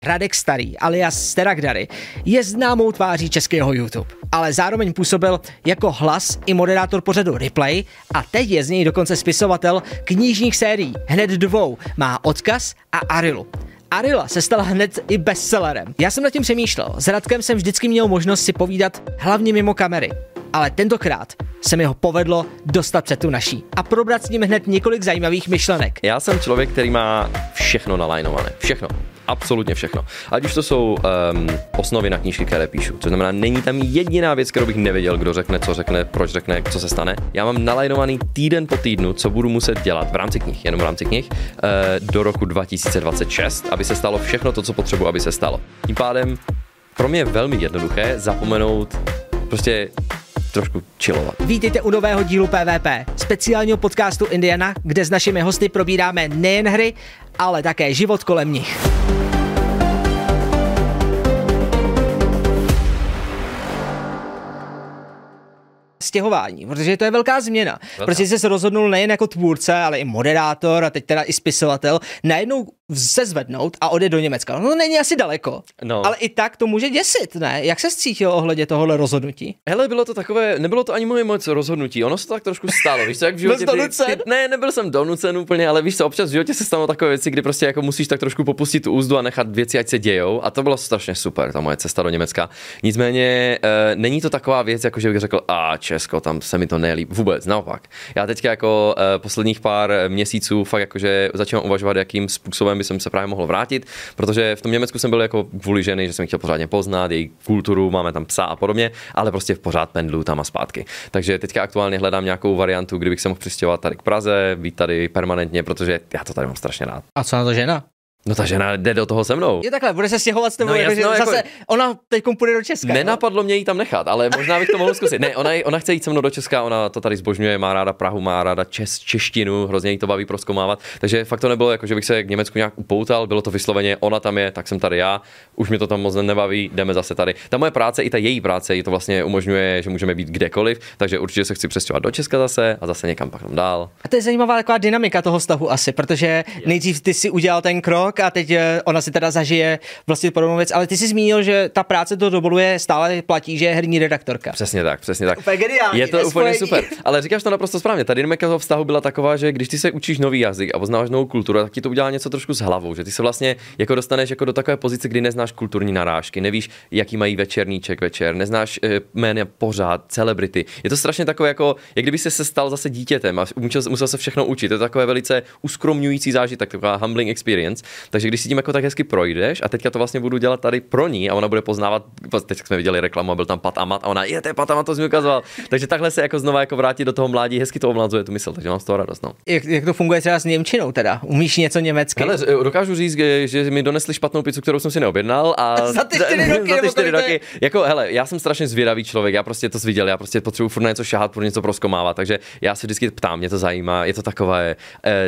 Radek Starý alias Steragdary je známou tváří českého YouTube, ale zároveň působil jako hlas i moderátor pořadu Replay a teď je z něj dokonce spisovatel knižních sérií, hned 2, má Odkaz a Arilu. Arila se stala hned i bestsellerem. Já jsem nad tím přemýšlel, s Radkem jsem vždycky měl možnost si povídat hlavně mimo kamery, ale tentokrát se mi ho povedlo dostat před tu naší a probrat s ním hned několik zajímavých myšlenek. Já jsem člověk, který má všechno nalajnované. Všechno. Absolutně všechno. Ať už to jsou osnovy na knížky, které píšu. To znamená, není tam jediná věc, kterou bych nevěděl, kdo řekne, co řekne, proč řekne, co se stane. Já mám nalajnovaný týden po týdnu, co budu muset dělat v rámci knih, jenom v rámci knih, do roku 2026, aby se stalo všechno to, co potřebuji, aby se stalo. Tím pádem pro mě je velmi jednoduché zapomenout prostě trošku chillovat. Vítejte u nového dílu PvP, speciálního podcastu Indiana, kde s našimi hosty probíráme nejen hry, ale také život kolem nich. Stěhování, protože to je velká změna. Protože jsi se rozhodnul nejen jako tvůrce, ale i moderátor a teď teda i spisovatel, najednou se zvednout a odjet do Německa. No není asi daleko, ale i tak to může děsit, ne? Jak se cítil ohledně tohohle rozhodnutí? Hele, bylo to takové, nebylo to ani moje rozhodnutí, ono se to tak trošku stalo, víš co, jak v životě ne, nebyl jsem donucen úplně, ale víš co, občas v životě se stanou takové věci, kdy prostě jako musíš tak trošku popustit tu úzdu a nechat věci, ať se dějou, a to bylo strašně super, ta moje cesta do Německa. Nicméně není to taková věc, jako že bych řekl, Česko, tam se mi to nelíbí, vůbec, naopak. Já teďka jako posledních pár měsíců fakt jakože začínám uvažovat, jakým způsobem by jsem se právě mohl vrátit, protože v tom Německu jsem byl jako kvůli ženy, že jsem chtěl pořádně poznat její kulturu, máme tam psa a podobně, ale prostě pořád pendlu tam a zpátky. Takže teďka aktuálně hledám nějakou variantu, kdybych se mohl přistěhovat tady k Praze, být tady permanentně, protože já to tady mám strašně rád. A co na to žena? No ta žena jde do toho se mnou. Je takhle, bude se stěhovat s tebou, zase ona teď půjde do Česka. Nenapadlo mě jí tam nechat, ale možná bych to mohl zkusit. Ne, ona chce jít se mnou do Česka, ona to tady zbožňuje, má ráda Prahu, má ráda češtinu, hrozně jí to baví prozkoumávat. Takže fakt to nebylo jako, že bych se k Německu nějak upoutal, bylo to vysloveně, ona tam je, tak jsem tady já, už mi to tam moc nebaví, jdeme zase tady. Ta moje práce i ta její práce jí to vlastně umožňuje, že můžeme být kdekoliv, takže určitě se chci přestěhovat do Česka zase a zase někam pak tam dál. A to je zajímavá taková dynamika toho vztahu asi, protože nejdřív ty si udělal ten krok a teď ona si teda zažije vlastně podobnou věc, ale ty jsi zmínil, že ta práce to dovoluje, stále platí, že je herní redaktorka. Přesně tak. Úplně geniální, je to úplně super. Ale říkáš to naprosto správně. Ta dynamika toho vztahu byla taková, že když ty se učíš nový jazyk a poznáš novou kulturu, tak ti to udělá něco trošku s hlavou, že ty se vlastně jako dostaneš jako do takové pozice, kdy neznáš kulturní narážky, nevíš, jaký mají večerníček večer, neznáš jména pořád, celebrity. Je to strašně takové jako, jak kdyby se stal zase dítětem a musel se všechno učit. Je to takové velice uskromňující zážitek, taková humbling experience. Takže když si tím jako tak hezky projdeš a teďka to vlastně budu dělat tady pro ní a ona bude poznávat, teď jsme viděli reklamu a byl tam Pat Amat a ona, to je Pat Amat, to jsi mi ukazoval. Takže takhle se jako znova jako vrátit do toho mládí, hezky to omlazuje tu mysl, takže mám z toho radost. No. Jak to funguje třeba s němčinou teda? Umíš něco německy? Hele, dokážu říct, že mi donesli špatnou pizzu, kterou jsem si neobjednal a za ty 4 roky. Jako hele, já jsem strašně zvědavý člověk, já prostě to viděl, já prostě potřebuji furt na něco šahat, furt něco prozkomávat, takže já se vždycky ptám, mě to zajímá, je to takové,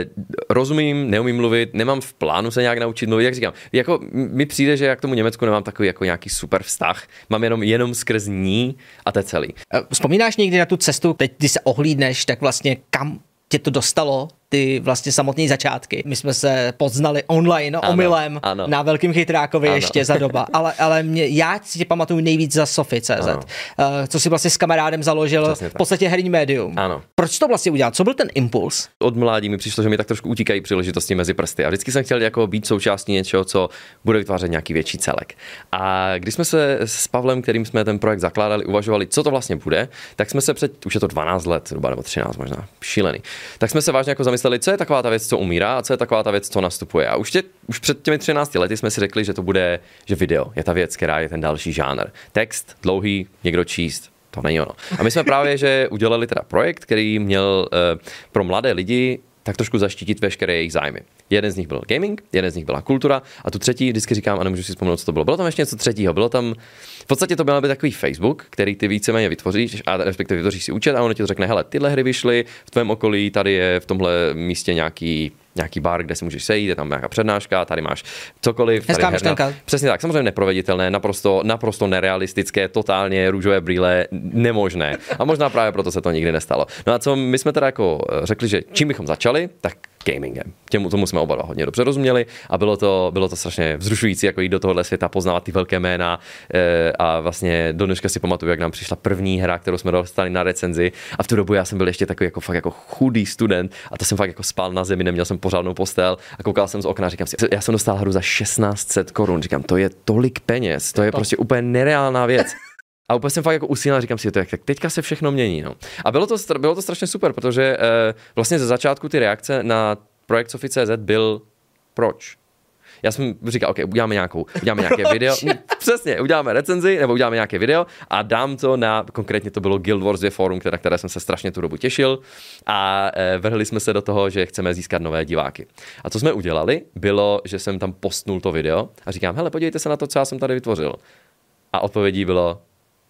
rozumím, neumím mluvit, nemám v plánu se nějak naučit mluvit, jak říkám, jako mi přijde, že já k tomu Německu nemám takový jako nějaký super vztah, mám jenom skrz ní a to je celý. Vzpomínáš někdy na tu cestu, teď když se ohlídneš, tak vlastně kam tě to dostalo? Ty vlastně samotné začátky. My jsme se poznali online omylem na Velkým chytrákovi ještě za doba, ale já si tě pamatuju nejvíc za Sofie.cz, co si vlastně s kamarádem založil v podstatě herní médium. Ano. Proč to vlastně udělat? Co byl ten impuls? Od mládí mi přišlo, že mi tak trošku utíkají příležitosti mezi prsty a vždycky jsem chtěl jako být součástí něčeho, co bude vytvářet nějaký větší celek. A když jsme se s Pavlem, kterým jsme ten projekt zakládali, uvažovali, co to vlastně bude, tak jsme se už je to 12 let, zhruba nebo 13 možná, šílený. Tak jsme se vážně jako zamysleli, co je taková ta věc, co umírá, a co je taková ta věc, co nastupuje. A už před těmi 13 lety jsme si řekli, že to bude, že video je ta věc, která je ten další žánr. Text, dlouhý, někdo číst, to není ono. A my jsme právě, že udělali teda projekt, který měl pro mladé lidi tak trošku zaštítit veškeré jejich zájmy. Jeden z nich byl gaming, jeden z nich byla kultura a tu třetí vždycky říkám a nemůžu si vzpomenout, co to bylo. Bylo tam ještě něco třetího, bylo tam, v podstatě to byl takový Facebook, který ty víceméně vytvoříš a respektive vytvoříš si účet a ono ti to řekne, hele, tyhle hry vyšly, v tvém okolí tady je v tomhle místě nějaký bar, kde si můžeš sejít, je tam nějaká přednáška, tady máš cokoliv. Hezká myšlenka. Přesně tak, samozřejmě neproveditelné, naprosto nerealistické, totálně růžové brýle, nemožné. A možná právě proto se to nikdy nestalo. No a co my jsme teda jako řekli, že čím bychom začali, tak gamingem. Tomu jsme oba dva hodně dobře rozuměli a bylo to strašně vzrušující, jako jít do tohohle světa, poznávat ty velké jména a vlastně do dneška si pamatuju, jak nám přišla první hra, kterou jsme dostali na recenzi a v tu dobu já jsem byl ještě takový jako fakt jako chudý student a to jsem fakt jako spal na zemi, neměl jsem pořádnou postel a koukal jsem z okna, říkám si, já jsem dostal hru za 1600 korun, říkám, to je tolik peněz, to je prostě úplně nereálná věc. A úplně jsem fakt jako usínal, říkám si, tak teďka se všechno mění. No. A bylo to strašně super, protože vlastně ze začátku ty reakce na projekt Sofi.cz byl proč? Já jsem říkal, OK, uděláme nějaké video, přesně, uděláme recenzi, nebo uděláme nějaké video a dám to konkrétně to bylo Guild Wars 2 forum, na které jsem se strašně tu dobu těšil a vrhli jsme se do toho, že chceme získat nové diváky. A co jsme udělali, bylo, že jsem tam postnul to video a říkám, hele, podívejte se na to, co já jsem tady vytvořil. A odpovědí bylo,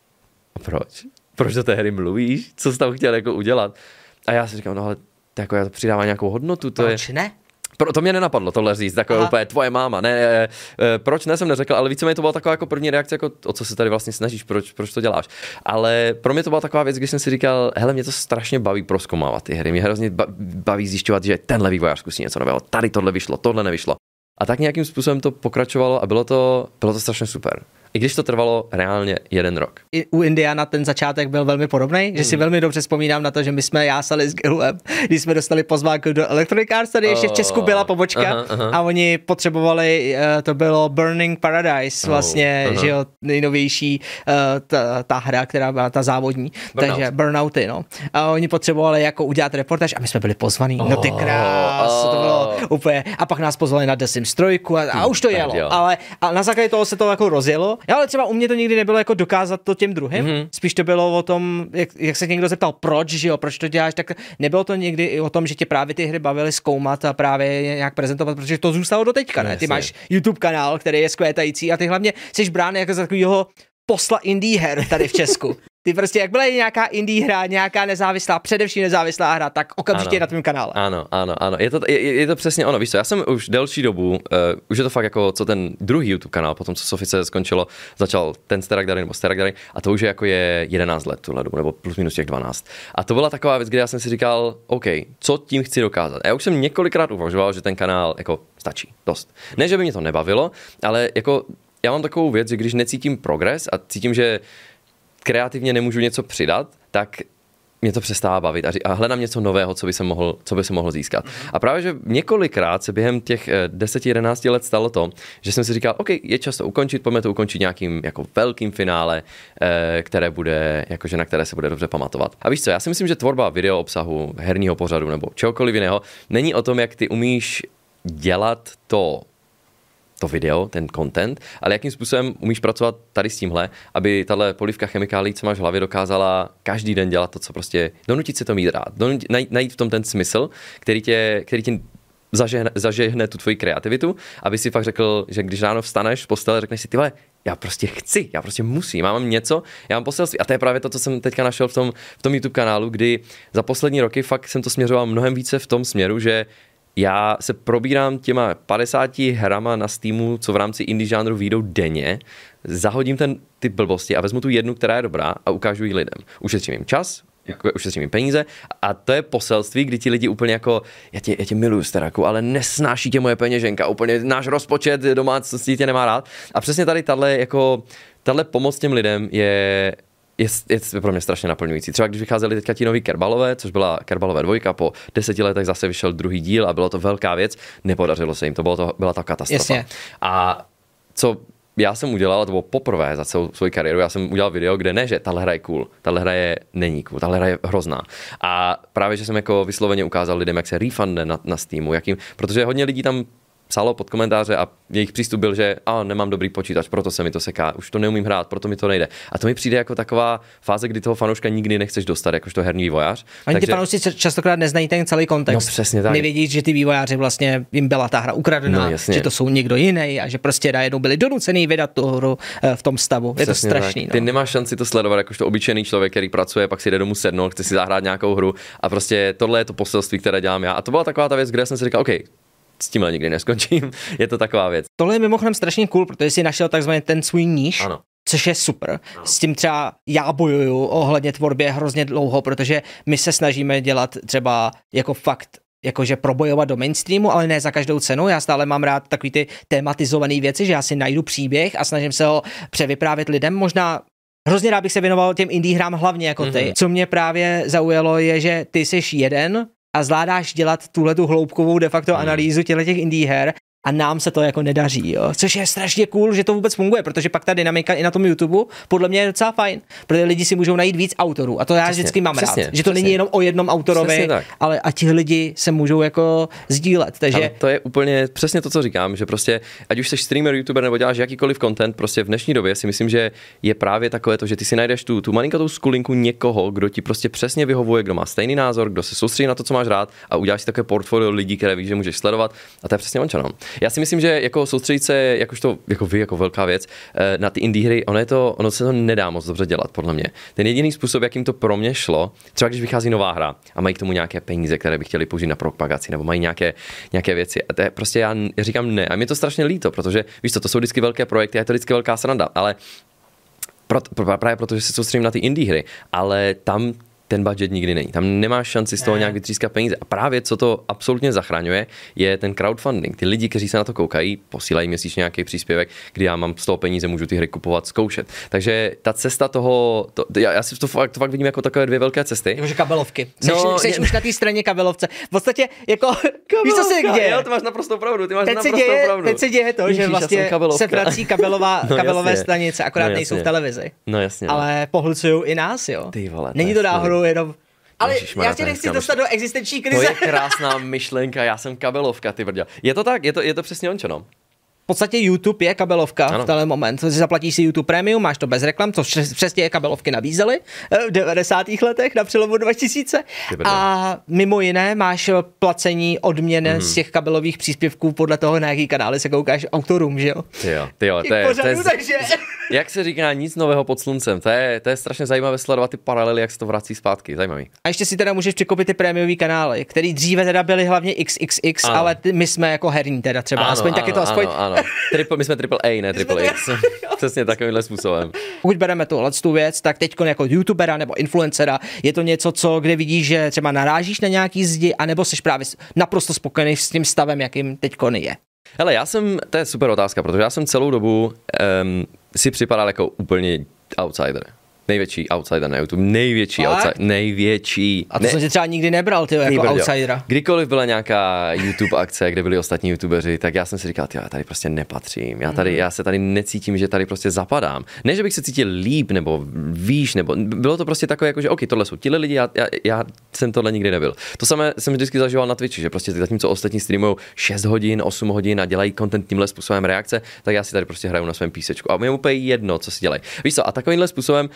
proč? Proč do té hry mluvíš? Co jsi tam chtěl jako udělat? A já si říkám, no ale to jako já to přidává nějakou hodnotu. Proč ne? To mě nenapadlo tohle říct, takové úplně tvoje máma, ne, proč ne, jsem neřekl, ale víceméně to byla taková jako první reakce, jako o co se tady vlastně snažíš, proč to děláš. Ale pro mě to byla taková věc, když jsem si říkal, hele, mě to strašně baví prozkoumávat ty hry, mě hrozně baví zjišťovat, že tenhle vývojář zkusí něco nového, tady tohle vyšlo, tohle nevyšlo. A tak nějakým způsobem to pokračovalo a bylo to strašně super. I když to trvalo reálně 1 rok. I u Indiana ten začátek byl velmi podobný, že si velmi dobře vzpomínám na to, že my jsme jásali s Gilem, když jsme dostali pozvánku do Electronic Arts, tady ještě v Česku byla pobočka a oni potřebovali, to bylo Burning Paradise, vlastně, že jo, nejnovější ta hra, která byla ta závodní, takže Burnouty, no. A oni potřebovali jako udělat reportáž a my jsme byli pozvaní, no ty krás, to bylo úplně, a pak nás pozvali na The Sims 3 a už to jelo, ale a na základě toho se to jako rozjelo. Ale třeba u mě to nikdy nebylo jako dokázat to těm druhým. Spíš to bylo o tom, jak se někdo zeptal, proč, že jo, proč to děláš, tak nebylo to někdy i o tom, že tě právě ty hry bavily zkoumat a právě nějak prezentovat, protože to zůstalo do teďka, ne? Ty máš YouTube kanál, který je skvětající a ty hlavně jsi brán jako za takovýho posla indie her tady v Česku. Ty prostě, jak byla nějaká indie hra, nějaká nezávislá, především nezávislá hra, tak okamžitě na tvém kanále. Ano. Je to přesně ono, víš co, já jsem už delší dobu, už je to fakt jako, co ten druhý YouTube kanál, potom co Sofi.cz skončilo, začal ten Sterak Darin a to už je jako 11 let tuhle dobu, nebo plus minus těch 12. A to byla taková věc, kde já jsem si říkal, OK, co tím chci dokázat. A já už jsem několikrát uvažoval, že ten kanál jako stačí, dost. Ne, že by mě to nebavilo, ale jako já mám takovou věc, že když necítím progres a cítím, že kreativně nemůžu něco přidat, tak mě to přestává bavit a hledám něco nového, co by se mohlo získat. A právě, že několikrát se během těch 10-11 let stalo to, že jsem si říkal, OK, je čas to ukončit, pojďme to ukončit nějakým jako velkým finále, které bude, jakože na které se bude dobře pamatovat. A víš co, já si myslím, že tvorba video obsahu, herního pořadu nebo čehokoliv jiného není o tom, jak ty umíš dělat to video, ten content, ale jakým způsobem umíš pracovat tady s tímhle, aby tahle polívka chemikálií, co máš v hlavě, dokázala každý den dělat to, co prostě donutit se to mít rád, najít v tom ten smysl, který tě zažehne tu tvoji kreativitu, aby si fakt řekl, že když ráno vstaneš z postele, řekneš si, ty vole, já prostě chci, já prostě musím, já mám něco, já mám poselství. A to je právě to, co jsem teďka našel v tom YouTube kanálu, kdy za poslední roky fakt jsem to směřoval mnohem více v tom směru, že já se probírám těma 50 hrama na Steamu, co v rámci indie žánru vyjdou denně, zahodím ty blbosti a vezmu tu jednu, která je dobrá a ukážu ji lidem. Ušetřím jim čas, ušetřím jim peníze a to je poselství, kdy ti lidi úplně jako, já tě miluju, Steraku, ale nesnáší tě moje peněženka, úplně náš rozpočet domácností tě nemá rád. A přesně tady tahle pomoc těm lidem je pro mě strašně naplňující. Třeba když vycházeli teďka ti noví Kerbalové, což byla Kerbalové 2, po 10 letech zase vyšel druhý díl a bylo to velká věc, nepodařilo se jim, byla to katastrofa. Jasně. A co já jsem udělal, to bylo poprvé za celou svou kariéru, já jsem udělal video, kde ne, že tahle hra je cool, tahle hra není cool, tahle hra je hrozná. A právě, že jsem jako vysloveně ukázal lidem, jak se refundne na Steamu, protože hodně lidí tam psalo pod komentáře a jejich přístup byl, že nemám dobrý počítač, proto se mi to seká, už to neumím hrát, proto mi to nejde. A to mi přijde jako taková fáze, kdy toho fanouška nikdy nechceš dostat, jakožto herní vývojář. Oni ty fanoušci častokrát neznají ten celý kontext. No přesně tak. Nevědí, že ty vývojáři vlastně jim byla ta hra ukradená, že to jsou někdo jiný a že prostě najednou byli donucený vydat tu hru v tom stavu. Je přesně to strašný. Ty nemáš šanci to sledovat, jakožto obyčejný člověk, který pracuje, pak si jde domů sednout, chce si zahrát nějakou hru a prostě tohle je to poselství, které dělám já. A to byla taková ta věc, kde jsem si říkal, OK, s tímhle nikdy neskončím, je to taková věc. Tohle je mimochodem strašně cool, protože jsi našel takzvaný ten svůj níž, což je super. S tím třeba já bojuju ohledně tvorbě hrozně dlouho, protože my se snažíme dělat třeba jako fakt jakože probojovat do mainstreamu, ale ne za každou cenu. Já stále mám rád takový ty tematizované věci, že já si najdu příběh a snažím se ho převyprávět lidem. Možná hrozně rád bych se věnoval těm indie hrám hlavně jako ty. Co mě právě zaujalo je, že ty jsi jeden a zvládáš dělat tuhletu hloubkovou de facto analýzu těch indie her. A nám se to jako nedaří, jo. Což je strašně cool, že to vůbec funguje, protože pak ta dynamika i na tom YouTube podle mě je docela fajn, protože lidi si můžou najít víc autorů a to já vždycky mám rád, že to není jenom o jednom autorovi, ale a ti lidi se můžou jako sdílet, takže ale to je úplně přesně to, co říkám, že prostě ať už jsi streamer, youtuber nebo děláš jakýkoliv content, prostě v dnešní době si myslím, že je právě takové to, že ty si najdeš tu malinkatou skulinku někoho, kdo ti prostě přesně vyhovuje, kdo má stejný názor, kdo se soustředí na to, co máš rád a uděláš si takové portfolio lidí, které víš, že můžeš sledovat a to je přesně ono. Já si myslím, že jako soustředit se, jako velká věc, na ty indie hry, ono se to nedá moc dobře dělat, podle mě. Ten jediný způsob, jakým to pro mě šlo, třeba když vychází nová hra a mají k tomu nějaké peníze, které by chtěli použít na propagaci, nebo mají nějaké věci. A to je prostě já říkám ne. A mě to strašně líto, protože víš co, to jsou vždycky velké projekty a je to vždycky velká sranda, ale právě protože se soustředím na ty indie hry, ale tam ten budget nikdy není. Tam nemáš šanci z toho nějak vytřískat peníze. A právě co to absolutně zachraňuje, je ten crowdfunding. Ty lidi, kteří se na to koukají, posílají měsíčně nějaký příspěvek, kdy já mám z toho peníze, můžu ty hry kupovat, zkoušet. Takže ta cesta toho, já si to fakt vidím jako takové dvě velké cesty. Jakože kabelovky. Seš už na té straně kabelovce. V podstatě jako víš, co se děje? Jo, ty máš naprosto pravdu. Teď se děje to, že vlastně se vrací kabelové stanice, akorát nejsou v televizi. No jasně. Ale pohlcují i nás, jo. Ty vole, není to náhodou jenom. Ale Ježišmarja, já tě nechci dostat do existenční krize. To je krásná myšlenka, já jsem kabelovka, ty brďo. Je to tak, je to přesně ončo, no. V podstatě YouTube je kabelovka v tenhle moment. Zaplatíš si YouTube Premium, máš to bez reklam, to přesně je kabelovky nabízely v 90. letech na přelomu 2000. A mimo jiné máš placení odměny z těch kabelových příspěvků podle toho, na jaký kanály se koukáš autorům, že jo? Ty jo, to je jak se říká, nic nového pod sluncem. To je strašně zajímavé sledovat ty paralely, jak se to vrací zpátky. Zajímavý. A ještě si teda můžeš překopit ty prémiový kanály, který dříve teda byly hlavně XXX, ale my jsme jako herní teda třeba. Aspoň tak je to aspoň. Ano. My jsme AAA, ne Triple X. Přesně takovýmhle způsobem. Pokud bereme tu věc, tak teď jako youtubera nebo influencera je to něco, kde vidíš, že třeba narážíš na nějaký zdi, anebo jsi právě naprosto spokojený s tím stavem, jakým teď je. Hele, to je super otázka, protože já jsem celou dobu si připadal jako úplně outsider. Největší outsider na YouTube, největší. A to jsem tě třeba nikdy nebral, tyjo, jako outsidera. Kdykoliv byla nějaká YouTube akce, kde byli ostatní YouTubeři, tak já jsem si říkal, já tady prostě nepatřím, já se tady necítím, že tady prostě zapadám. Ne, že bych se cítil líp, nebo výš, nebo bylo to prostě takové, jako že OK, tohle jsou tihle lidi, já jsem tohle nikdy nebyl. To samé jsem vždycky zažíval na Twitchi, že prostě zatímco ostatní streamují 6 hodin, 8 hodin a dělají content tímhle způsobem reakce, tak já si tady prostě hraju na svém písečku. A mě úplně jedno, co si dělají. Víš co, a takovýmhle způsobem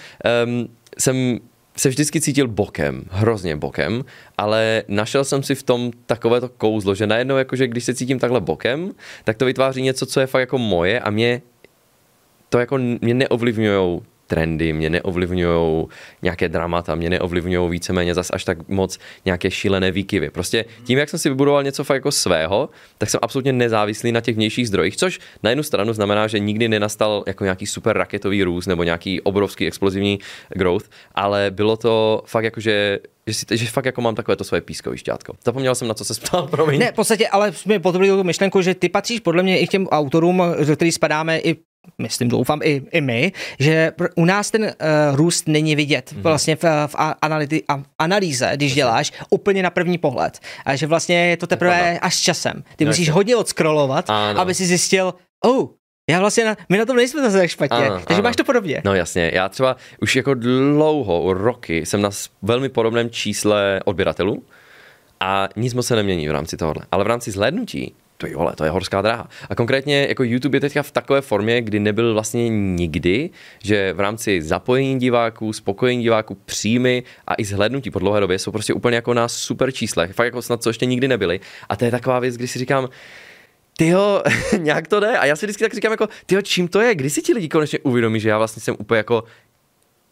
jsem se vždycky cítil bokem, hrozně bokem, ale našel jsem si v tom takovéto kouzlo, že najednou jakože když se cítím takhle bokem, tak to vytváří něco, co je fakt jako moje a mě neovlivňujou trendy, mě neovlivňujou nějaké dramata, mě neovlivňujou víceméně zas až tak moc nějaké šílené výkyvy. Prostě tím, jak jsem si vybudoval něco fakt jako svého, tak jsem absolutně nezávislý na těch vnějších zdrojích, což na jednu stranu znamená, že nikdy nenastal jako nějaký super raketový růst nebo nějaký obrovský explozivní growth, ale bylo to fakt jako, že fakt jako mám takové to svoje pískovišťátko. Zapomněl jsem, na co se ptal, promiň. Ne, v podstatě, ale jsme potvrdili tu myšlenku, že ty patříš podle mě i k těm autorům, do kterých spadáme i myslím, doufám i my, že u nás ten růst není vidět vlastně v analýze, když děláš úplně na první pohled. A že vlastně je to teprve až časem. Ty musíš hodně odscrollovat, aby si zjistil, já vlastně my na tom nejsme zase tak špatně, takže máš to podobně. No jasně, já třeba už jako roky jsem na velmi podobném čísle odběratelů a nic moc se nemění v rámci tohohle. Ale v rámci zhlédnutí to je horská dráha. A konkrétně jako YouTube je teďka v takové formě, kdy nebyl vlastně nikdy, že v rámci zapojení diváků, spokojení diváků, příjmy a i zhlédnutí po dlouhé době jsou prostě úplně jako na super číslech. Fakt jako snad co ještě nikdy nebyly. A to je taková věc, kdy si říkám, tyjo, nějak to jde. A já si vždycky tak říkám jako, tyjo, čím to je? Kdy si ti lidi konečně uvědomí, že já vlastně jsem úplně jako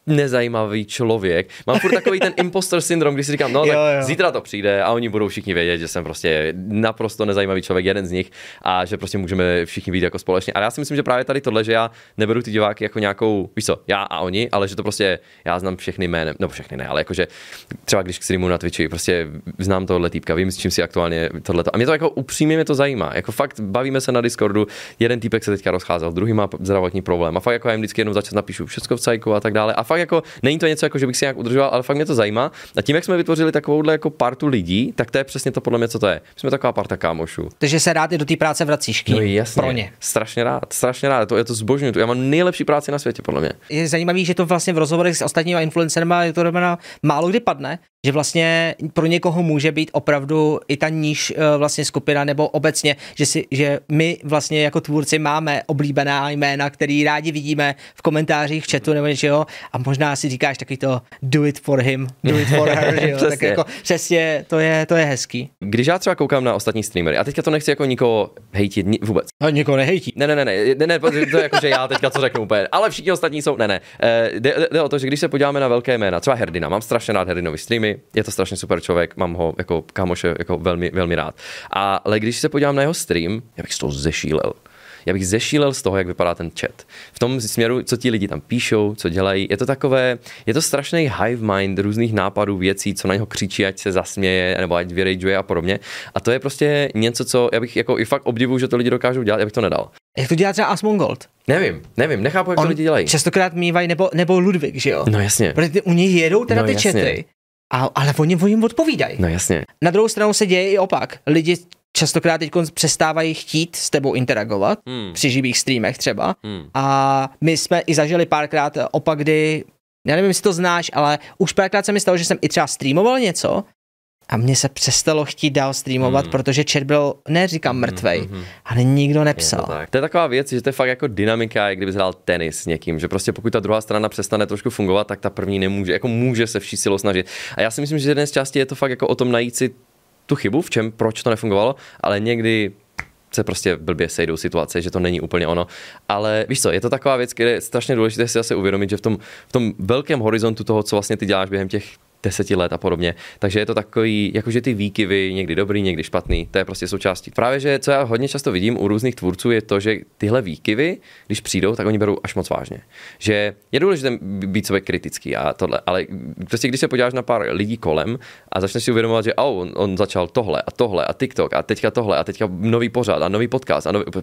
nezajímavý člověk. Mám furt takový ten imposter syndrom, když si říkám, no jo. tak zítra to přijde a oni budou všichni vědět, že jsem prostě naprosto nezajímavý člověk, jeden z nich a že prostě můžeme všichni být jako společně. A já si myslím, že právě tady tohle, že já neberu ty diváky jako nějakou, víš co, já a oni, ale že to prostě já znám všechny jménem, no všechny ne, ale jakože třeba když streamu na Twitchi, prostě znám tohle týpka, vím, s čím si aktuálně tohleto. A mě to jako upřímně mě to zajímá. Jako fakt bavíme se na Discordu, jeden týpek se teďka rozcházel, druhý má zdravotní problém a fakt jako já jim vždycky jednou za čas napíšu všecko v cajku a tak dále. A fakt jako není to něco jako, že bych si nějak udržoval, ale fakt mě to zajímá. A tím, jak jsme vytvořili takovouhle jako partu lidí, tak to je přesně to podle mě, co to je. My jsme taková parta kámošů. Takže se rád i do té práce vracíš No jasně, pro ně. Strašně rád. Je to zbožňuji. Já mám nejlepší práci na světě, podle mě. Je zajímavý, že to vlastně v rozhovorech s ostatními influencerima to málo kdy padne, že vlastně pro někoho může být opravdu i ta níž vlastně skupina nebo obecně, že my vlastně jako tvůrci máme oblíbená jména, který rádi vidíme v komentářích, v chatu nebo něčeho a možná si říkáš taky to do it for him, do it for her, že jo? Tak jako přesně to je hezký. Když já třeba koukám na ostatní streamery a teďka to nechci jako nikoho hejtit vůbec. A nikoho nehejtí. Ne, to je jako, že já teďka co řeknu úplně, ale všichni ostatní jsou, jde o to, že když se podíváme na velké jména, třeba Herdina, mám strašně rád Herdinový streamy, je to strašně super člověk, mám ho jako kámoše jako velmi, velmi rád. Ale když se podívám na jeho stream, já bych z toho zešílel. Já bych zešílel z toho, jak vypadá ten chat. V tom směru, co ti lidi tam píšou, co dělají, je to strašný hive mind různých nápadů, věcí, co na něho křičí, ať se zasměje, nebo ať vyrageuje a podobně. A to je prostě něco, co já bych jako i fakt obdivuju, že to lidi dokážou dělat, já bych to nedal. Jak to dělá třeba Asmongold? Nevím, nechápu, jak to lidi dělají. Častokrát mývají, nebo Ludvík, že jo? No jasně. Protože u nich jedou teda ty chaty, ale oni jim odpovídají. No jasně. Na druhou stranu se děje i opak. Lidi častokrát teď přestávají chtít s tebou interagovat při živých streamech třeba. A my jsme i zažili párkrát opak, kdy, já nevím, jestli to znáš, ale už párkrát se mi stalo, že jsem i třeba streamoval něco a mně se přestalo chtít dál streamovat, protože chat byl, neříkám mrtvej, ale nikdo nepsal. To je taková věc, že to je fakt jako dynamika, jak kdyby hrál tenis s někým, že prostě pokud ta druhá strana přestane trošku fungovat, tak ta první nemůže, jako může se vší silou snažit. A já si myslím, že dnes části je to fakt jako o tom najít si tu chybu, v čem, proč to nefungovalo, ale někdy se prostě blbě sejdou situace, že to není úplně ono. Ale víš co, je to taková věc, kde je strašně důležité si zase uvědomit, že v tom velkém horizontu toho, co vlastně ty děláš během těch 10 let a podobně. Takže je to takový, jakože ty výkyvy, někdy dobrý, někdy špatný, to je prostě součástí. Právě, že co já hodně často vidím u různých tvůrců, je to, že tyhle výkyvy, když přijdou, tak oni berou až moc vážně. Že je důležité být sobě kritický a tohle, ale prostě když se podíváš na pár lidí kolem a začneš si uvědomovat, že on začal tohle a TikTok a teďka tohle a teďka nový pořad a nový podcast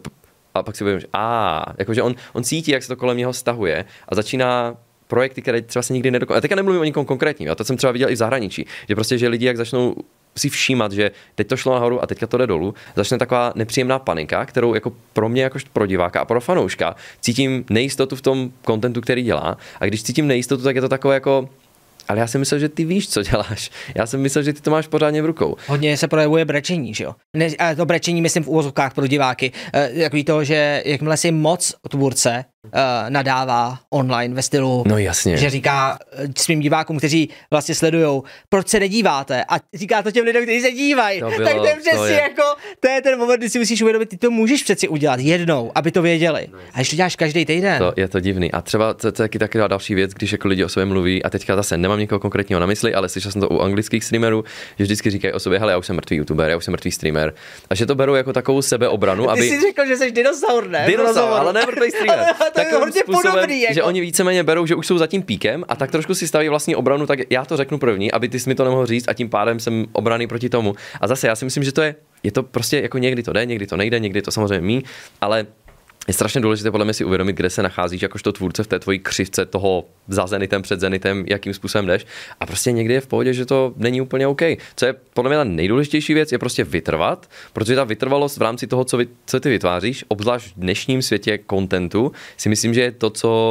a pak si uvědomíš, jakože on cítí, jak se to kolem něho stahuje a začíná projekty, které třeba se nikdy nedokončí. A teďka nemluvím o nikom konkrétním, a to jsem třeba viděl i v zahraničí, že prostě, že lidi jak začnou si všímat, že teď to šlo nahoru a teďka to jde dolů, začne taková nepříjemná panika, kterou jako pro mě, jako pro diváka a pro fanouška, cítím nejistotu v tom kontentu, který dělá. A když cítím nejistotu, tak je to takové jako ale já jsem myslel, že ty víš, co děláš. Já jsem myslel, že ty to máš pořádně v rukou. Hodně se projevuje brečení, že jo? To brečení myslím v úvozovkách pro diváky. Takový to, že jakmile si moc tvůrce nadává online ve stylu, no jasně, že říká svým divákům, kteří vlastně sledujou, proč se nedíváte, a říká to těm lidem, kteří se dívají, tak to je přesně jako, to je ten moment, kdy si musíš uvědomit, ty to můžeš přeci udělat jednou, aby to věděli. A když to děláš každý týden. To je to divný. A třeba to je taky další věc, když jako lidi o sobě mluví, a teďka zase nemám někoho konkrétního na mysli, ale slyšel jsem to u anglických streamerů, že vždycky říkají o sobě, hele, já už jsem mrtvý youtuber, já už jsem mrtvý streamer. A že to berou jako takovou sebeobranu, aby ty jsi řekl, že jsi dinosaur, ne? Dinosaur, ale ne mrtvý streamer. To je hodně podobný, jako. Že oni víceméně berou, že už jsou za tím píkem a tak trošku si staví vlastní obranu, tak já to řeknu první, aby ty jsi mi to nemohl říct a tím pádem jsem obraný proti tomu. A zase já si myslím, že je to prostě jako někdy to jde, někdy to nejde, někdy to samozřejmě mí, ale je strašně důležité podle mě si uvědomit, kde se nacházíš jakožto tvůrce v té tvojí křivce toho za zenitem, před zenitem, jakým způsobem jdeš. A prostě někdy je v pohodě, že to není úplně OK. Co je podle mě ta nejdůležitější věc, je prostě vytrvat, protože ta vytrvalost v rámci toho, co ty vytváříš, obzvlášť v dnešním světě contentu, si myslím, že je to,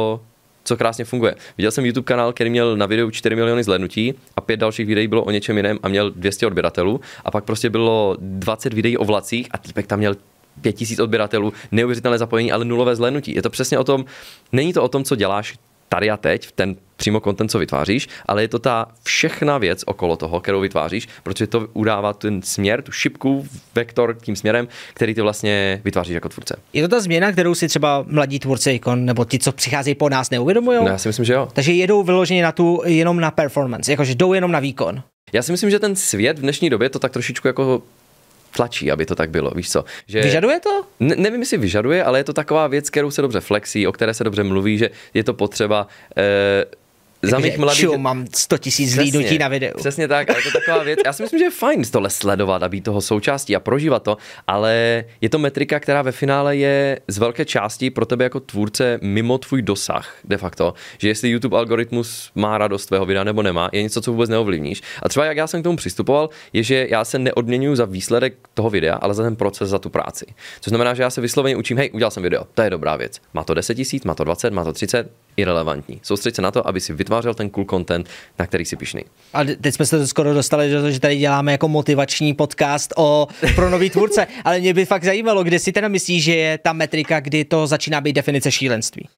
co krásně funguje. Viděl jsem YouTube kanál, který měl na videu 4 miliony zhlédnutí a 5 dalších videí bylo o něčem jiném a měl 200 odběratelů a pak prostě bylo 20 videí o vlacích a týpek tam měl 5000 odběratelů, neuvěřitelné zapojení, ale nulové zhlédnutí. Je to přesně o tom, není to o tom, co děláš tady a teď, v ten přímo content, co vytváříš, ale je to ta všechna věc okolo toho, kterou vytváříš, protože to udává ten směr, tu šipku, vektor tím směrem, který ty vlastně vytváříš jako tvůrce. Je to ta změna, kterou si třeba mladí tvůrci ikon nebo ti, co přicházejí po nás, neuvědomují? No, já si myslím, že jo. Takže jedou vyloženě na tu jenom na performance, jakože jdou jenom na výkon. Já si myslím, že ten svět v dnešní době to tak trošičku jako tlačí, aby to tak bylo, víš co? Že vyžaduje to? Nevím, jestli vyžaduje, ale je to taková věc, kterou se dobře flexí, o které se dobře mluví, že je to potřeba za mých mladých... mám 100 000 zhlídnutí na videu. Přesně tak, ale je to taková věc. Já si myslím, že je fajn tohle sledovat a být toho součástí a prožívat to, ale je to metrika, která ve finále je z velké části pro tebe jako tvůrce mimo tvůj dosah, de facto, že jestli YouTube algoritmus má radost tvého videa nebo nemá, je něco, co vůbec neovlivníš. A třeba jak já jsem k tomu přistupoval, je, že já se neodměňuji za výsledek toho videa, ale za ten proces, za tu práci. Což znamená, že já se vysloveně učím, hej, udělal jsem video, to je dobrá věc. Má to 10 000, má to 20, má to 30, irelevantní. Soustřeď se na to, aby si vytvářel ten cool content, na který si pyšný. A teď jsme se skoro dostali do toho, že tady děláme jako motivační podcast pro nový tvůrce, ale mě by fakt zajímalo, kde si teda myslíš, že je ta metrika, kdy to začíná být definice šílenství.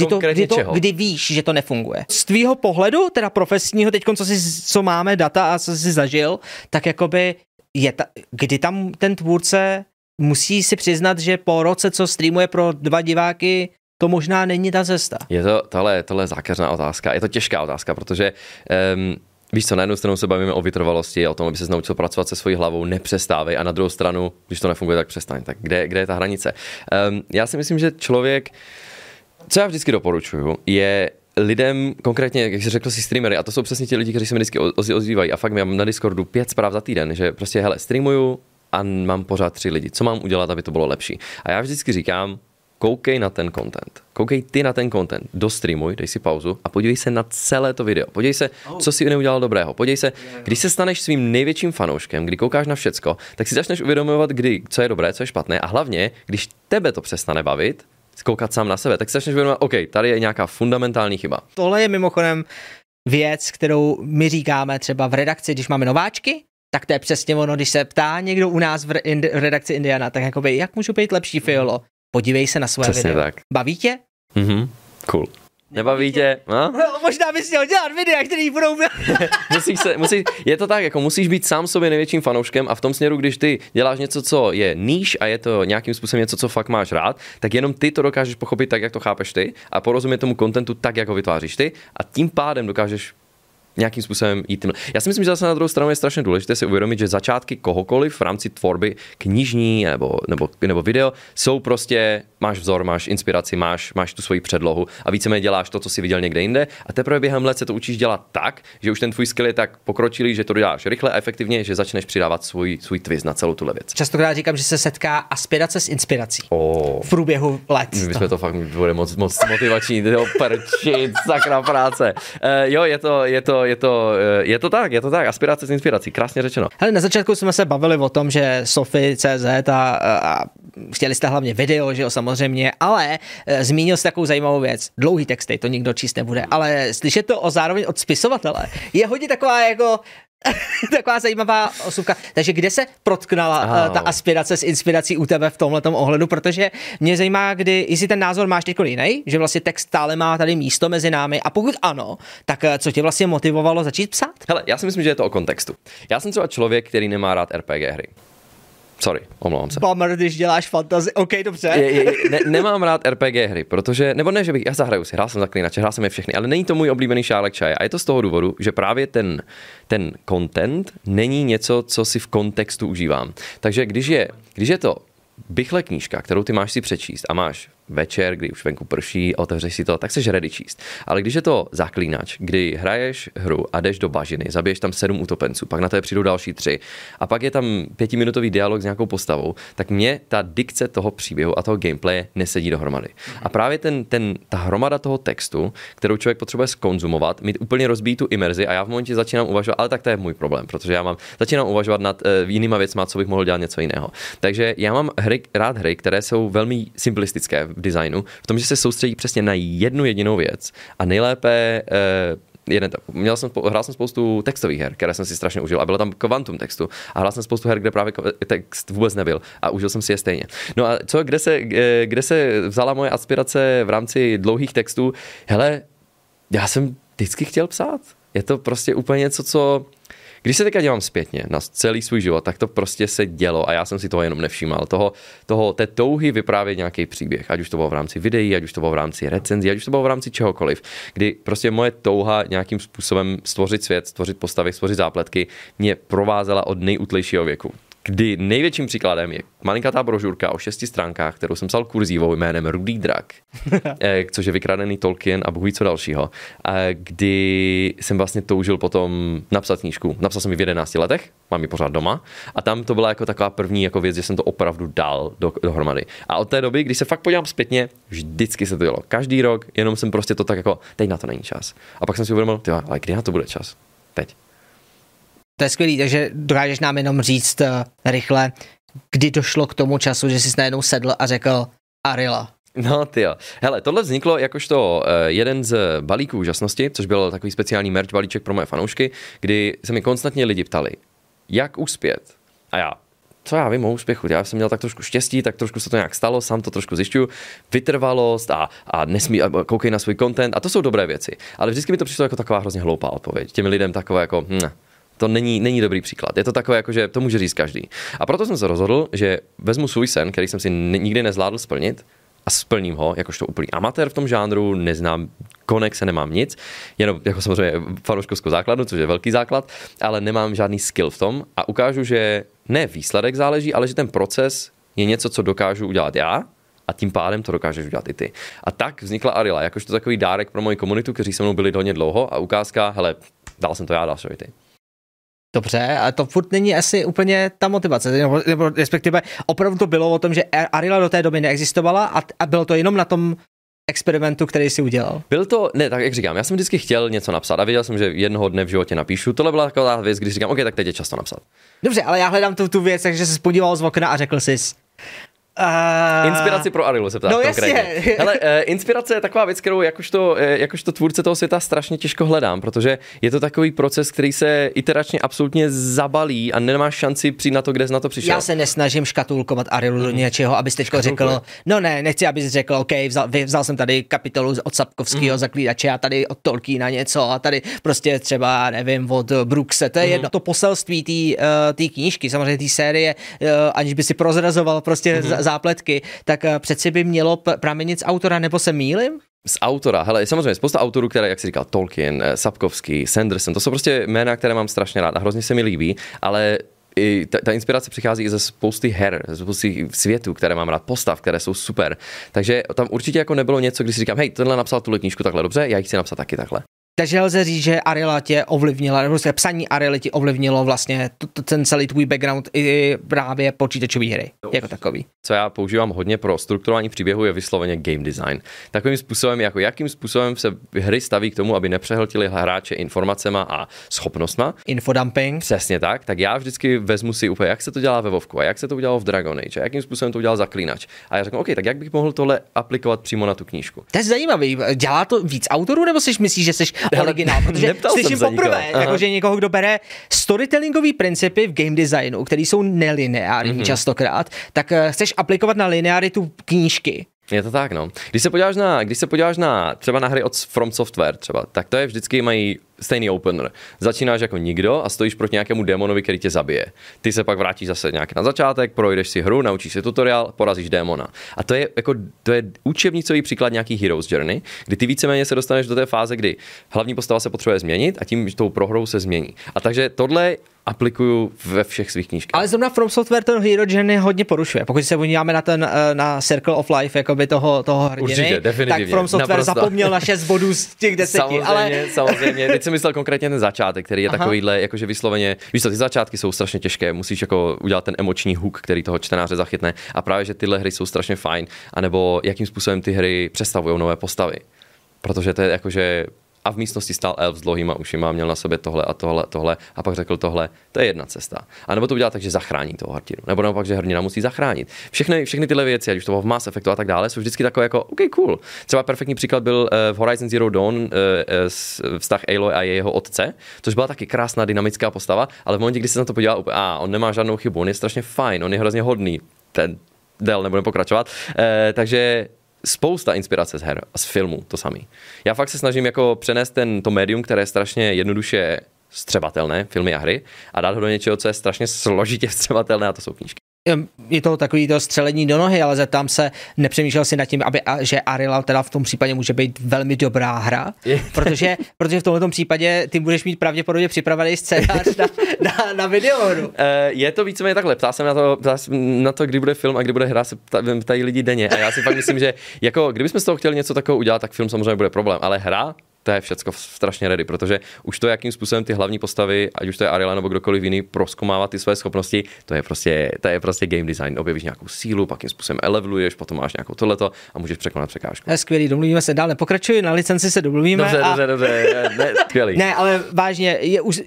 Kdy víš, že to nefunguje. Z tvýho pohledu, teda profesního, teď co máme data a co jsi zažil, tak jakoby kdy tam ten tvůrce musí si přiznat, že po roce, co streamuje pro 2 diváky, to možná není ta cesta. Tohle je zákeřná otázka. Je to těžká otázka, protože víš co, na jednu stranu se bavíme o vytrvalosti, o tom, aby se naučil pracovat se svojí hlavou, nepřestávej, a na druhou stranu, když to nefunguje, tak přestaň. Tak kde je ta hranice? Já si myslím, že člověk, co já vždycky doporučuju, je lidem, konkrétně, jak jsi řekl si streamery, a to jsou přesně ti lidi, kteří se mi vždycky ozývají, a fakt mám na Discordu 5 zpráv za týden, že prostě hele, streamuju a mám pořád 3 lidi. Co mám udělat, aby to bylo lepší? A já vždycky říkám, koukej na ten content. Koukej ty na ten content. Dostreamuj, dej si pauzu a podívej se na celé to video. Podívej se, co si neudělal dobrého. Podívej se, když se staneš svým největším fanouškem, kdy koukáš na všecko, tak si začneš uvědomovat, co je dobré, co je špatné, a hlavně, když tebe to přestane bavit, koukat sám na sebe, tak si začneš uvědomovat, OK, tady je nějaká fundamentální chyba. Tohle je mimochodem věc, kterou my říkáme třeba v redakci, když máme nováčky, tak to je přesně ono, když se ptá někdo u nás v redakci Indiana, tak jakoby, jak můžu být lepší, Fiolo? Podívej se na svoje přesně video. Tak. Baví tě? Cool. Nebaví tě? No? Možná bys měl dělat videa, který budou... Je to tak, jako musíš být sám sobě největším fanouškem, a v tom směru, když ty děláš něco, co je níž a je to nějakým způsobem něco, co fakt máš rád, tak jenom ty to dokážeš pochopit tak, jak to chápeš ty, a porozumět tomu kontentu tak, jak ho vytváříš ty, a tím pádem dokážeš nějakým způsobem jít tím. Já si myslím, že zase na druhou stranu je strašně důležité si uvědomit, že začátky kohokoliv v rámci tvorby knižní nebo video jsou prostě, máš vzor, máš inspiraci, máš tu svoji předlohu a víceméně děláš to, co jsi viděl někde jinde, a teprve během let se to učíš dělat tak, že už ten tvůj skill je tak pokročilý, že to děláš rychle a efektivně, že začneš přidávat svůj twist na celou tuhle věc. Častokrát říkám, že se setká aspirace s inspirací. V průběhu let. My jsme to fakt bude moc motivační, prčit, sakra práce. Jo, je to tak, aspirace s inspirací, krásně řečeno. Hele, na začátku jsme se bavili o tom, že Sofy.cz a chtěli jste hlavně video, že jo, samozřejmě, ale zmínil jsi takovou zajímavou věc. Dlouhý texty, to nikdo číst nebude, ale slyšet to zároveň od spisovatele je hodně taková jako taková zajímavá osůvka. Takže kde se protknala ta aspirace s inspirací u tebe v tomhletom ohledu, protože mě zajímá, jestli ten názor máš teď jiný, že vlastně text stále má tady místo mezi námi, a pokud ano, tak co tě vlastně motivovalo začít psát? Hele, já si myslím, že je to o kontextu. Já jsem třeba člověk, který nemá rád RPG hry. Sorry, omlouvám se. Bummer, když děláš fantasy. OK, dobře. Nemám rád RPG hry, protože, nebo ne, že bych, já zahraju si, hrál jsem Zaklínače, hrál jsem je všechny, ale není to můj oblíbený šálek čaje. A je to z toho důvodu, že právě ten content není něco, co si v kontextu užívám. Takže když je to bychle knížka, kterou ty máš si přečíst a máš večer, kdy už venku prší, otevřeš si to, tak seš ready číst. Ale když je to Zaklínač, kdy hraješ hru a jdeš do bažiny, zabiješ tam 7 utopenců, pak na to přijdou další 3 a pak je tam 5minutový dialog s nějakou postavou, tak mě ta dikce toho příběhu a toho gameplaye nesedí dohromady. A právě ta hromada toho textu, kterou člověk potřebuje zkonzumovat, mít úplně rozbíjí tu imerzi, a já v momentě začínám uvažovat, ale tak to je můj problém, protože začínám uvažovat nad jinýma věcma, co bych mohl dělat něco jiného. Takže já mám rád hry, které jsou velmi simplistické v designu, v tom, že se soustředí přesně na jednu jedinou věc, a nejlépe hrál jsem spoustu textových her, které jsem si strašně užil, a bylo tam kvantum textu, a hrál jsem spoustu her, kde právě text vůbec nebyl, a užil jsem si je stejně. No a kde se vzala moje aspirace v rámci dlouhých textů? Hele, já jsem vždycky chtěl psát. Je to prostě úplně něco, co... Když se teďka dělám zpětně na celý svůj život, tak to prostě se dělo a já jsem si toho jenom nevšímal. Té touhy vyprávět nějaký příběh, ať už to bylo v rámci videí, ať už to bylo v rámci recenzí, ať už to bylo v rámci čehokoliv, kdy prostě moje touha nějakým způsobem stvořit svět, stvořit postavy, stvořit zápletky mě provázela od nejútlejšího věku. Kdy největším příkladem je malinkatá brožurka o 6 stránkách, kterou jsem psal kurzívou jménem Rudý drak, což je vykradený Tolkien a bohu co dalšího, kdy jsem vlastně toužil potom napsat knížku. Napsal jsem ji v 11 letech, mám ji pořád doma a tam to byla jako taková první jako věc, že jsem to opravdu dal dohromady. A od té doby, když se fakt podívám zpětně, vždycky se to dělo. Každý rok, jenom jsem prostě to tak jako, teď na to není čas. A pak jsem si uvědomil, ale kdy na to bude čas? Teď. To je skvělý, takže dokážeš nám jenom říct rychle, kdy došlo k tomu času, že jsi najednou sedl a řekl Arila. No tyjo. Hele, tohle vzniklo jakožto jeden z balíků úžasnosti, což byl takový speciální merch balíček pro moje fanoušky, kdy se mi konstantně lidi ptali, jak uspět. A já, co já vím o úspěchu, já jsem měl tak trošku štěstí, tak trošku se to nějak stalo, sám to trošku zjišťuju, vytrvalost a koukej na svůj content a to jsou dobré věci. Ale vždycky mi to přišlo jako taková hrozně hloupá odpověď. Těmi lidem takové jako, to není dobrý příklad. Je to takové, jako, že to může říct každý. A proto jsem se rozhodl, že vezmu svůj sen, který jsem si nikdy nezvládl splnit a splním ho, jakožto úplný amatér v tom žánru, neznám konexe, nemám nic, jenom jako samozřejmě fanouškovskou základnu, což je velký základ, ale nemám žádný skill v tom a ukážu, že ne výsledek záleží, ale že ten proces je něco, co dokážu udělat já, a tím pádem to dokážeš udělat i ty. A tak vznikla Arila, jakožto takový dárek pro moji komunitu, kteří se mnou byli hodně dlouho a ukázka, hele, dal jsem to já, dal jsem ty. Dobře, ale to furt není asi úplně ta motivace, nebo respektive opravdu to bylo o tom, že Arila do té doby neexistovala a bylo to jenom na tom experimentu, který si udělal. Byl to, ne, tak jak říkám, já jsem vždycky chtěl něco napsat a věděl jsem, že jednoho dne v životě napíšu. Tohle byla taková věc, když říkám, OK, tak teď je čas to napsat. Dobře, ale já hledám tu věc, takže jsi podíval z okna a řekl jsi. Inspiraci pro Arilu se ptáš konkrétně. Hele, inspirace je taková věc, kterou jakožto tvůrce toho světa strašně těžko hledám, protože je to takový proces, který se iteračně absolutně zabalí a nemáš šanci přijít na to, kde jsi na to přišel. Já se nesnažím škatulkovat Arilu do něčeho, abys teďko řekl, no ne, nechci, abys řekl, OK, vzal jsem tady kapitolu od Sapkovského zaklínače a tady od Tolkiena něco a tady prostě třeba, nevím, od Brookse, to je jedno. To poselství té knížky, samozřejmě té série, aniž by si prozrazoval prostě zápletky, tak přeci by mělo pramenit z autora, nebo se mýlim? Z autora, hele, samozřejmě spousta autorů, které, jak jsi říkal, Tolkien, Sapkovský, Sanderson, to jsou prostě jména, které mám strašně rád a hrozně se mi líbí, ale i ta inspirace přichází i ze spousty her, ze spousty světů, které mám rád, postav, které jsou super. Takže tam určitě jako nebylo něco, když si říkám, hej, tenhle napsal tuhle knížku takhle dobře, já ji chci napsat taky takhle. Takže lze říct, že Arila tě ovlivnila, nebo psaní Arily ti ovlivnilo vlastně ten celý tvůj background i právě počítačové hry, jako takový. Co já používám hodně pro strukturování příběhu je vysloveně game design. Takovým způsobem, jako jakým způsobem se hry staví k tomu, aby nepřehltili hráče informacema a schopnostma. Infodumping. Přesně tak, tak já vždycky vezmu si úplně, jak se to dělá ve Vovku a jak se to udělalo v Dragon Age a jakým způsobem to udělal Zaklínač. A já řeknu, OK, tak jak bych mohl tohle aplikovat přímo na tu knížku. To je zajímavý. Dělá to víc autorů, nebo si myslíš, že jsi originál, protože slyším poprvé, jakože někoho, kdo bere storytellingový principy v game designu, který jsou nelineární častokrát, tak chceš aplikovat na linearitu knížky. Je to tak, no. Když se podíváš na třeba na hry od From Software třeba, tak to je vždycky mají stejný opener. Začínáš jako nikdo a stojíš proti nějakému démonovi, který tě zabije. Ty se pak vrátíš zase nějak na začátek, projdeš si hru, naučíš si tutoriál, porazíš démona. A to je učebnicový příklad nějaký Hero's Journey, kdy ty víceméně se dostaneš do té fáze, kdy hlavní postava se potřebuje změnit a tím tou prohrou se změní. A takže tohle aplikuju ve všech svých knížkách. Ale zrovna From Software ten Hero Journey hodně porušuje. Pokud se podíváme na Circle of Life jakoby toho hrdiny, určitě, definitivně, tak From Software zapomněl na 6 bodů z těch 10. Samozřejmě. Teď jsem myslel konkrétně ten začátek, který je takovýhle, jakože vysloveně, víš co, ty začátky jsou strašně těžké, musíš jako udělat ten emoční hook, který toho čtenáře zachytne a právě, že tyhle hry jsou strašně fajn, anebo jakým způsobem ty hry představují nové postavy. Protože to je jakože a v místnosti stál elf s dlouhýma ušima, měl na sobě tohle a pak řekl tohle, to je jedna cesta. A nebo to udělá tak, že zachrání toho hrdinu, nebo naopak, že hrdina musí zachránit. Všechny tyhle věci, ať už to bylo v Mass Effectu a tak dále, jsou vždycky takové jako OK, cool. Třeba perfektní příklad byl v Horizon Zero Dawn vztah Aloy a jeho otce, což byla taky krásná dynamická postava, ale v momentě, kdy se na to podíval, on nemá žádnou chybu, on je strašně fajn, on je hrozně hodný, ten Del nebudeme pokračovat, takže spousta inspirace z her a z filmů, to samý. Já fakt se snažím jako přenést to médium, které je strašně jednoduše vstřebatelné, filmy a hry, a dát ho do něčeho, co je strašně složitě vstřebatelné, a to jsou knížky. Je to takový to střelení do nohy, ale zeptám se, nepřemýšlel si nad tím, že Arila teda v tom případě může být velmi dobrá hra, protože v tomto případě ty budeš mít pravděpodobně připravený scénář na videohru. Je to víceméně takhle, ptá se na to, kdy bude film a kdy bude hra, se ptají lidi denně, a já si fakt myslím, že jako kdybychom z toho chtěli něco takového udělat, tak film samozřejmě bude problém, ale hra, to je všecko strašně ready, protože už to, jakým způsobem ty hlavní postavy, ať už to je Arila nebo kdokoliv jiný, prozkoumává ty své schopnosti, to je prostě game design. Objevíš nějakou sílu, pak jim způsobem eleveluješ, potom máš nějakou tohleto a můžeš překonat překážku. Je skvělý, domluvíme se dál, nepokračuji, na licenci se domluvíme. Dobře, skvělý. Ne, ale vážně,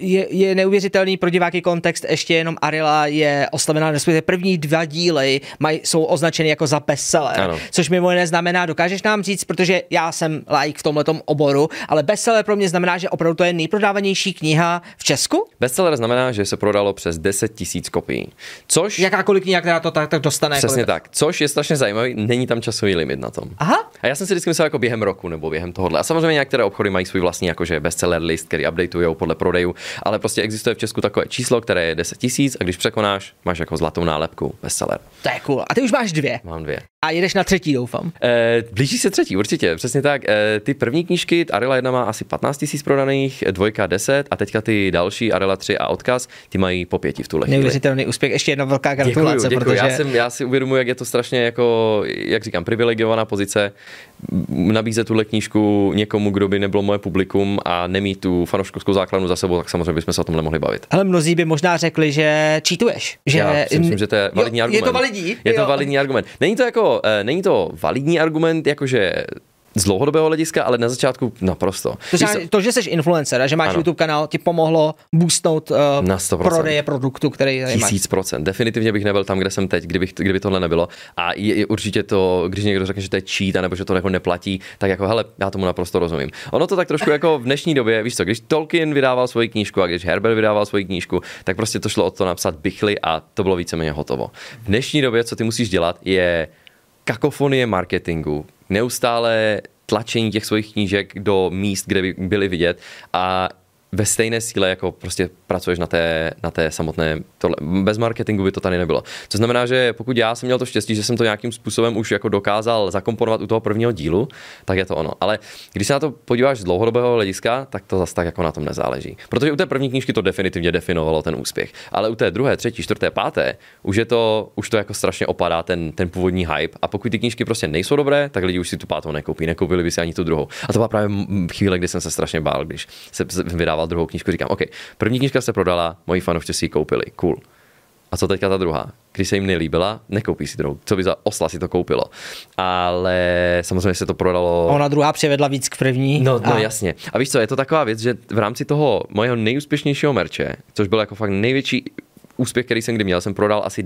je neuvěřitelný pro diváky kontext, ještě jenom Arila je oslavená, respektive první 2 díly jsou označeny jako za bestseller, což mimo jiné znamená, dokážeš nám říct, protože já jsem like v tomhletom oboru, ale bestseller pro mě znamená, že opravdu to je nejprodávanější kniha v Česku? Bestseller znamená, že se prodalo přes 10 000 kopií. Což jakákoliv kniha, která to tak dostane. Přesně tak. Což je strašně zajímavý, není tam časový limit na tom. Aha. A já jsem si vždycky myslel jako během roku nebo během tohohle. A samozřejmě některé obchody mají svůj vlastní jakože bestseller list, který updateujou podle prodejů, ale prostě existuje v Česku takové číslo, které je 10 000, a když překonáš, máš jako zlatou nálepku bestseller. To je cool. A ty už máš 2. Mám 2. A jedeš na 3, doufám. Blíží se 3, určitě, přesně tak. Ty první knížky, Arila 1 má asi 15 000 prodaných, 2 10 a teďka ty další, Arila 3 a Odkaz, ty mají po 5 v tuhle chvíli. Neuvěřitelný úspěch, ještě jedna velká gratulace. Děkuju. Protože... Já si uvědomuji, jak je to strašně jako, jak říkám, privilegovaná pozice nabízet tuhle knížku někomu, kdo by nebylo moje publikum a nemít tu fanouškovskou základnu za sebou, tak samozřejmě bychom se o tom nemohli bavit. Ale mnozí by možná řekli, že cheatuješ. Že... Já si myslím, že to je validní argument. Je to validní? Je to validní argument. Není to validní argument, jakože z dlouhodobého hlediska, ale na začátku naprosto. To, že jsi influencer a že máš YouTube kanál, ti pomohlo boostnout prodeje produktu, který tady máš. 1000%. Definitivně bych nebyl tam, kde jsem teď, kdyby tohle nebylo. A je určitě to, když někdo řekne, že to je cheat, nebo že to jako neplatí, tak jako hele, já tomu naprosto rozumím. Ono to tak trošku jako v dnešní době, víš co, když Tolkien vydával svoji knížku a když Herbert vydával svoji knížku, tak prostě to šlo o to napsat bychly a to bylo víceméně hotovo. V dnešní době, co ty musíš dělat, je kakofonie marketingu, neustále tlačení těch svých knížek do míst, kde by byly vidět, a ve stejné síle, jako prostě pracuješ na té samotné, tohle. Bez marketingu by to tady nebylo. To znamená, že pokud já jsem měl to štěstí, že jsem to nějakým způsobem už jako dokázal zakomponovat u toho prvního dílu, tak je to ono. Ale když se na to podíváš z dlouhodobého hlediska, tak to zase tak jako na tom nezáleží. Protože u té první knížky to definitivně definovalo ten úspěch. Ale u té druhé, třetí, čtvrté, páté, už to jako strašně opadá ten původní hype. A pokud ty knížky prostě nejsou dobré, tak lidi už si tu pátou nekoupili by si ani tu druhou. A to byla právě chvíle, kdy jsem se strašně bál, když se vydával druhou knížku, říkám, OK, první knížka se prodala, moji fanoušci si ji koupili, cool. A co teďka ta druhá? Když se jim nelíbila, nekoupí si druhou. Co by za osla si to koupilo. Ale samozřejmě se to prodalo. Ona druhá přivedla víc k první. No jasně. A víš co, je to taková věc, že v rámci toho mojeho nejúspěšnějšího merče, což byl jako fakt největší úspěch, který jsem kdy měl, jsem prodal asi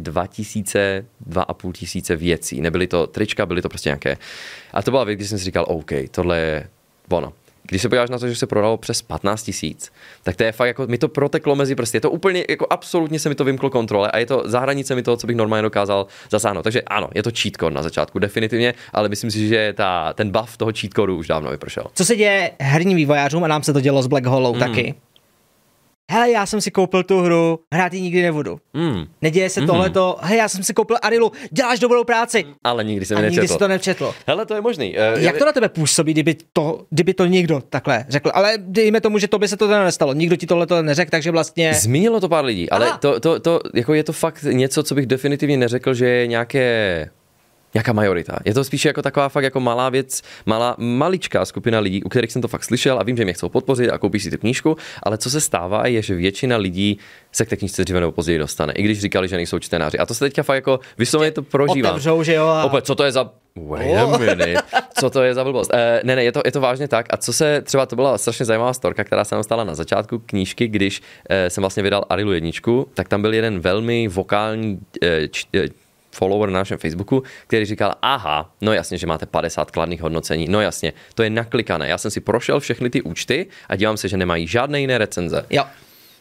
2,5 tisíce věcí. Nebyly to trička, byly to prostě nějaké. A to byla věc, kdy jsem si říkal, OK, tohle je ono. Když se podíváš na to, že se prodalo přes 15 000, tak to je fakt jako, mi to proteklo mezi prsty. Je to úplně, jako absolutně se mi to vymklo kontrole a je to za hranicemi toho, co bych normálně dokázal zasáhnout. Takže ano, je to cheat code na začátku, definitivně, ale myslím si, že ten buff toho cheat codu už dávno vypršel. Co se děje herním vývojářům, a nám se to dělo s Black Hollow taky. Hele, já jsem si koupil tu hru, hrát ji nikdy nebudu. Neděje se tohleto, hej, já jsem si koupil Arilu, děláš dobrou práci. Ale nikdy jsem nikdy si to nečetl. Hele, to je možný. Jak to na tebe působí, kdyby to někdo takhle řekl? Ale dejme tomu, že tobě se to nestalo. Nikdo ti tohleto neřekl, takže vlastně... Zmínilo to pár lidí, ale to jako je to fakt něco, co bych definitivně neřekl, že je nějaká majorita. Je to spíše jako taková fakt jako malá věc, maličká skupina lidí, u kterých jsem to fakt slyšel a vím, že mě chcou podpořit a koupí si tu knížku, ale co se stává, je, že většina lidí se k té knížce dříve nebo později dostane, i když říkali, že nejsou čtenáři. A to se teďka fakt jako vysloveně to prožívám. Otevřou, že jo? Opět, co to je za... Wait a minute. Co to je za blbost? Ne, je to vážně tak. A co se třeba, to byla strašně zajímavá storka, která se nám stala na začátku knížky, když jsem vlastně vydal Arilu 1, tak tam byl jeden velmi vokální follower na našem Facebooku, který říkal, aha, no jasně, že máte 50 kladných hodnocení, no jasně, to je naklikané. Já jsem si prošel všechny ty účty a dívám se, že nemají žádné jiné recenze. Jo.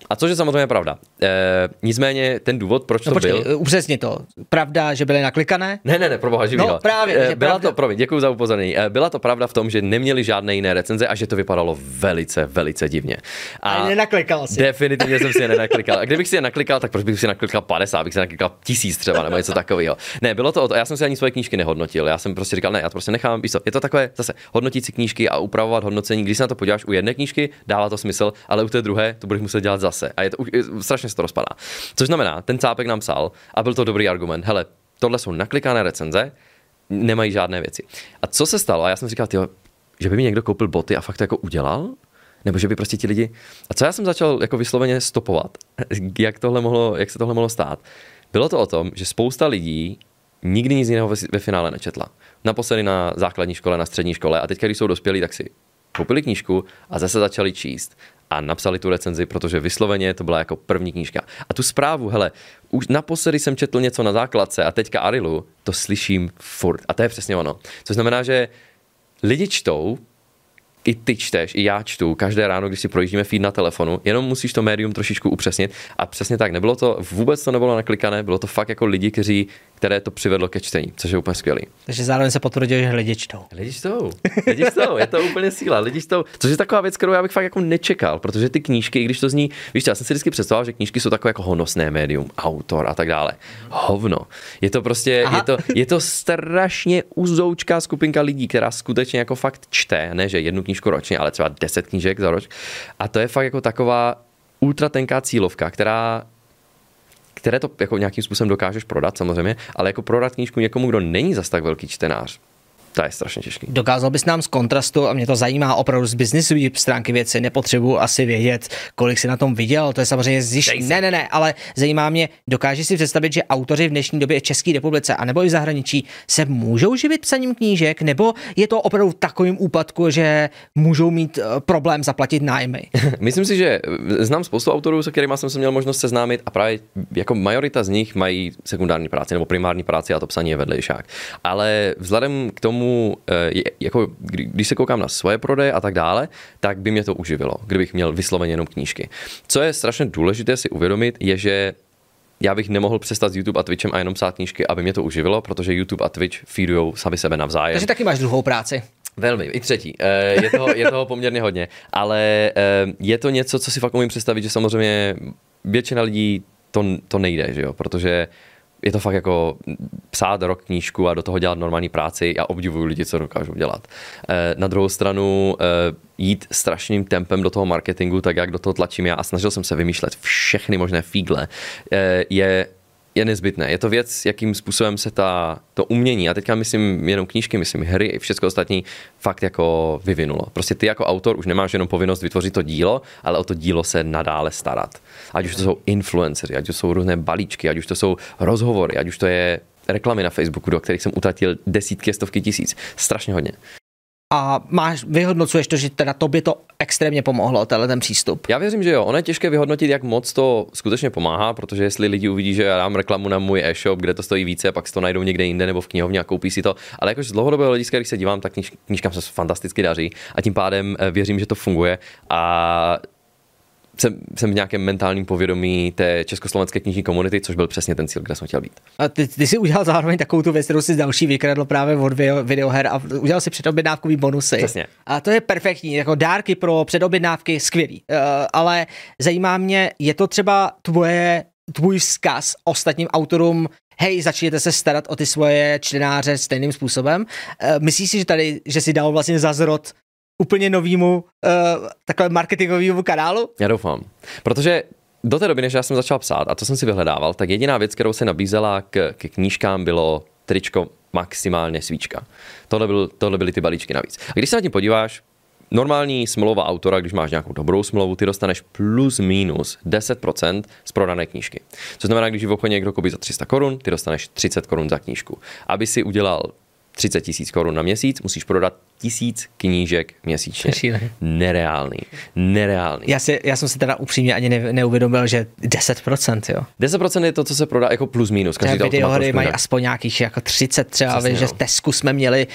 A což je samozřejmě pravda. Nicméně ten důvod, proč to byl... Upřesni to. Pravda, že byly naklikané? Ne, pro boha živýho. No právě. Děkuji za upozornění. Byla to pravda v tom, že neměli žádné jiné recenze a že to vypadalo velice, velice divně. A nenaklikal si. Definitivně jsem si je nenaklikal. A kdybych si je naklikal, tak proč bych si naklikal 50, bych si naklikal 1000 třeba, nebo něco takového. Ne, bylo to, já jsem si ani svoje knížky nehodnotil. Já jsem prostě říkal, ne, já to prostě nechám. Je to takové zase hodnotící knížky a upravovat hodnocení. Když se na to podíváš u jedné knížky, dává to smysl, ale u té druhé to budeš muset dělat zase. A strašně se to rozpadá. Což znamená, ten cápek nám psal a byl to dobrý argument. Hele, tohle jsou naklikané recenze, nemají žádné věci. A co se stalo? A já jsem říkal, tyjo, že by mi někdo koupil boty a fakt to jako udělal? Nebo že by prostě ti lidi... A co já jsem začal jako vysloveně stopovat? Jak se tohle mohlo stát? Bylo to o tom, že spousta lidí nikdy nic jiného ve finále nečetla. Naposledy na základní škole, na střední škole a teď, když jsou dospělí, tak si koupili knížku a zase začali číst a napsali tu recenzi, protože vysloveně to byla jako první knížka. A tu zprávu, hele, už naposledy jsem četl něco na základce a teďka Arilu, to slyším furt. A to je přesně ono. Což znamená, že lidi čtou, i ty čteš, i já čtu, každé ráno, když si projíždíme feed na telefonu, jenom musíš to médium trošičku upřesnit a přesně tak, vůbec to nebylo naklikané, bylo to fakt jako lidi, které to přivedlo ke čtení, což je úplně skvělý. Takže zároveň se potvrdilo, že lidi čtou, je to úplně síla, lidi čtou, což je taková věc, kterou já bych fakt jako nečekal, protože ty knížky, i když to zní, víš, já jsem si vždycky představoval, že knížky jsou takové jako honosné médium, autor a tak dále. Hovno. Je to prostě, je to strašně uzoučká skupinka lidí, která skutečně jako fakt čte, ne že jednu knížku ročně, ale třeba 10 knížek za rok. A to je fakt jako taková ultra tenká cílovka, které to jako nějakým způsobem dokážeš prodat samozřejmě, ale jako prodat knížku někomu, kdo není zas tak velký čtenář, to je strašně těžký. Dokázal bys nám z kontrastu, a mě to zajímá opravdu z biznisové stránky věci, nepotřebuji asi vědět, kolik si na tom viděl, to je samozřejmě Ne, ale zajímá mě, dokážeš si představit, že autoři v dnešní době v České republice a nebo i v zahraničí se můžou živit psaním knížek, nebo je to opravdu v takovém úpadku, že můžou mít problém zaplatit nájmy? Myslím si, že znám spoustu autorů, se kterými jsem se měl možnost seznámit a právě jako majorita z nich mají sekundární práci nebo primární práci a to psaní je vedlejšák. Ale vzhledem k tomu, jako když se koukám na svoje prodeje a tak dále, tak by mě to uživilo, kdybych měl vysloveně jenom knížky. Co je strašně důležité si uvědomit, je, že já bych nemohl přestat s YouTube a Twitchem a jenom psát knížky, aby mě to uživilo, protože YouTube a Twitch feedujou sami sebe navzájem. Takže taky máš druhou práci. Velmi, i třetí. Je toho poměrně hodně, ale je to něco, co si fakt umím představit, že samozřejmě většina lidí to nejde, že jo, protože je to fakt jako psát rok knížku a do toho dělat normální práci. Já obdivuju lidi, co dokážou dělat. Na druhou stranu jít strašným tempem do toho marketingu, tak jak do toho tlačím já a snažil jsem se vymýšlet všechny možné fígle, je nezbytné. Je to věc, jakým způsobem se to umění, a teďka myslím jenom knížky, myslím hry i všechno ostatní, fakt jako vyvinulo. Prostě ty jako autor už nemáš jenom povinnost vytvořit to dílo, ale o to dílo se nadále starat. Ať už to jsou influenceři, ať už to jsou různé balíčky, ať už to jsou rozhovory, ať už to je reklamy na Facebooku, do kterých jsem utratil desítky, stovky tisíc. Strašně hodně. A vyhodnocuješ to, že teda tobě to extrémně pomohlo, ten přístup? Já věřím, že jo. Ono je těžké vyhodnotit, jak moc to skutečně pomáhá, protože jestli lidi uvidí, že já dám reklamu na můj e-shop, kde to stojí více, pak si to najdou někde jinde nebo v knihovně a koupí si to. Ale jakož z dlouhodobého hlediska, když se dívám, tak knížkám se fantasticky daří a tím pádem věřím, že to funguje a jsem v nějakém mentálním povědomí té československé knižní komunity, což byl přesně ten cíl, kde jsem chtěl být. A ty jsi udělal zároveň takovou tu věc, kterou si další vykradl právě od videoher a udělal si předobjednávkový bonusy. Přesně. A to je perfektní, jako dárky pro předobjednávky, skvělý. Ale zajímá mě, je to třeba tvůj vzkaz ostatním autorům, hej, začněte se starat o ty svoje čtenáře stejným způsobem. Myslíš si, že jsi dal vlastně za zrod úplně novýmu takové marketingovému kanálu? Já doufám. Protože do té doby, než já jsem začal psát, a to jsem si vyhledával, tak jediná věc, kterou se nabízela k knížkám, bylo tričko, maximálně svíčka. Tohle byly ty balíčky navíc. A když se na tím podíváš, normální smlouva autora, když máš nějakou dobrou smlouvu, ty dostaneš plus minus 10% z prodané knížky. Co znamená, když v obchodě někdo koupí za 300 korun, ty dostaneš 30 korun za knížku. Aby si udělal 30 000 korun na měsíc, musíš prodat 1000 knížek měsíčně. Nereálný. Já jsem si teda upřímně ani neuvědomil, že 10%, jo. 10% je to, co se prodá jako plus minus. Každý videohry mají aspoň nějakých jako 30 třeba, přesně, že v Tesku jsme měli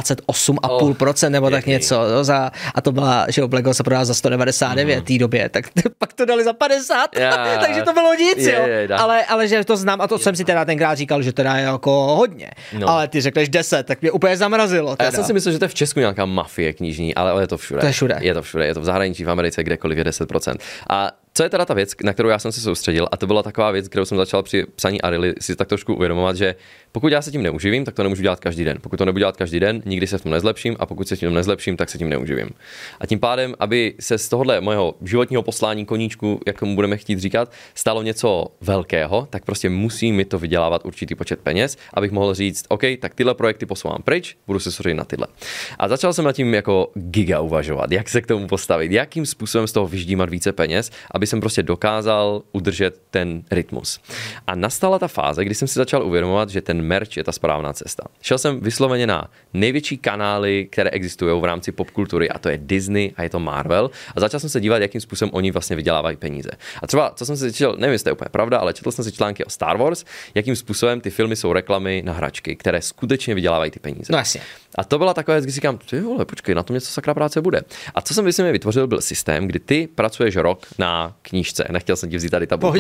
28,5% nebo tak něco. A to byla, že Black Ops se prodala za 199 v té době, tak pak to dali za 50, takže to bylo nic, jo. Ale že to znám a to jsem si teda tenkrát říkal, že teda je jako hodně. No. Ale ty řekneš 10, tak mě úplně zamrazilo. Teda. A já jsem si myslel, že to je v Česku nějaká mafie knižní, ale je to všude. To je všude. Je to všude, je to v zahraničí, v Americe, kdekoliv je 10%. A co je teda ta věc, na kterou já jsem se soustředil, a to byla taková věc, kterou jsem začal při psaní Arily si tak trošku uvědomovat, že pokud já se tím neuživím, tak to nemůžu dělat každý den. Pokud to nebudu dělat každý den, nikdy se v tom nezlepším, a pokud se tím nezlepším, tak se tím neuživím. A tím pádem, aby se z tohohle mého životního poslání koníčku, jak mu budeme chtít říkat, stalo něco velkého, tak prostě musí mi to vydělávat určitý počet peněz, abych mohl říct, OK, tak tyhle projekty posouvám pryč, budu se soustředit na tyhle. A začal jsem nad tím jako giga uvažovat, jak se k tomu postavit, jakým způsobem z toho vyždímat více peněz, aby jsem prostě dokázal udržet ten rytmus. A nastala ta fáze, kdy jsem si začal uvědomovat, že ten merch je ta správná cesta. Šel jsem vysloveně na největší kanály, které existují v rámci popkultury, a to je Disney a je to Marvel, a začal jsem se dívat, jakým způsobem oni vlastně vydělávají peníze. A třeba, co jsem si četl, nevím, jestli to je úplně pravda, ale četl jsem si články o Star Wars, jakým způsobem ty filmy jsou reklamy na hračky, které skutečně vydělávají ty peníze. No jasně. A to byla taková věc, kdy si říkám, ty vole, počkej, na tom něco sakra práce bude. A co jsem vysvětně vytvořil, byl systém, kdy ty pracuješ rok na knížce. Nechtěl jsem ti vzít tady tabulku.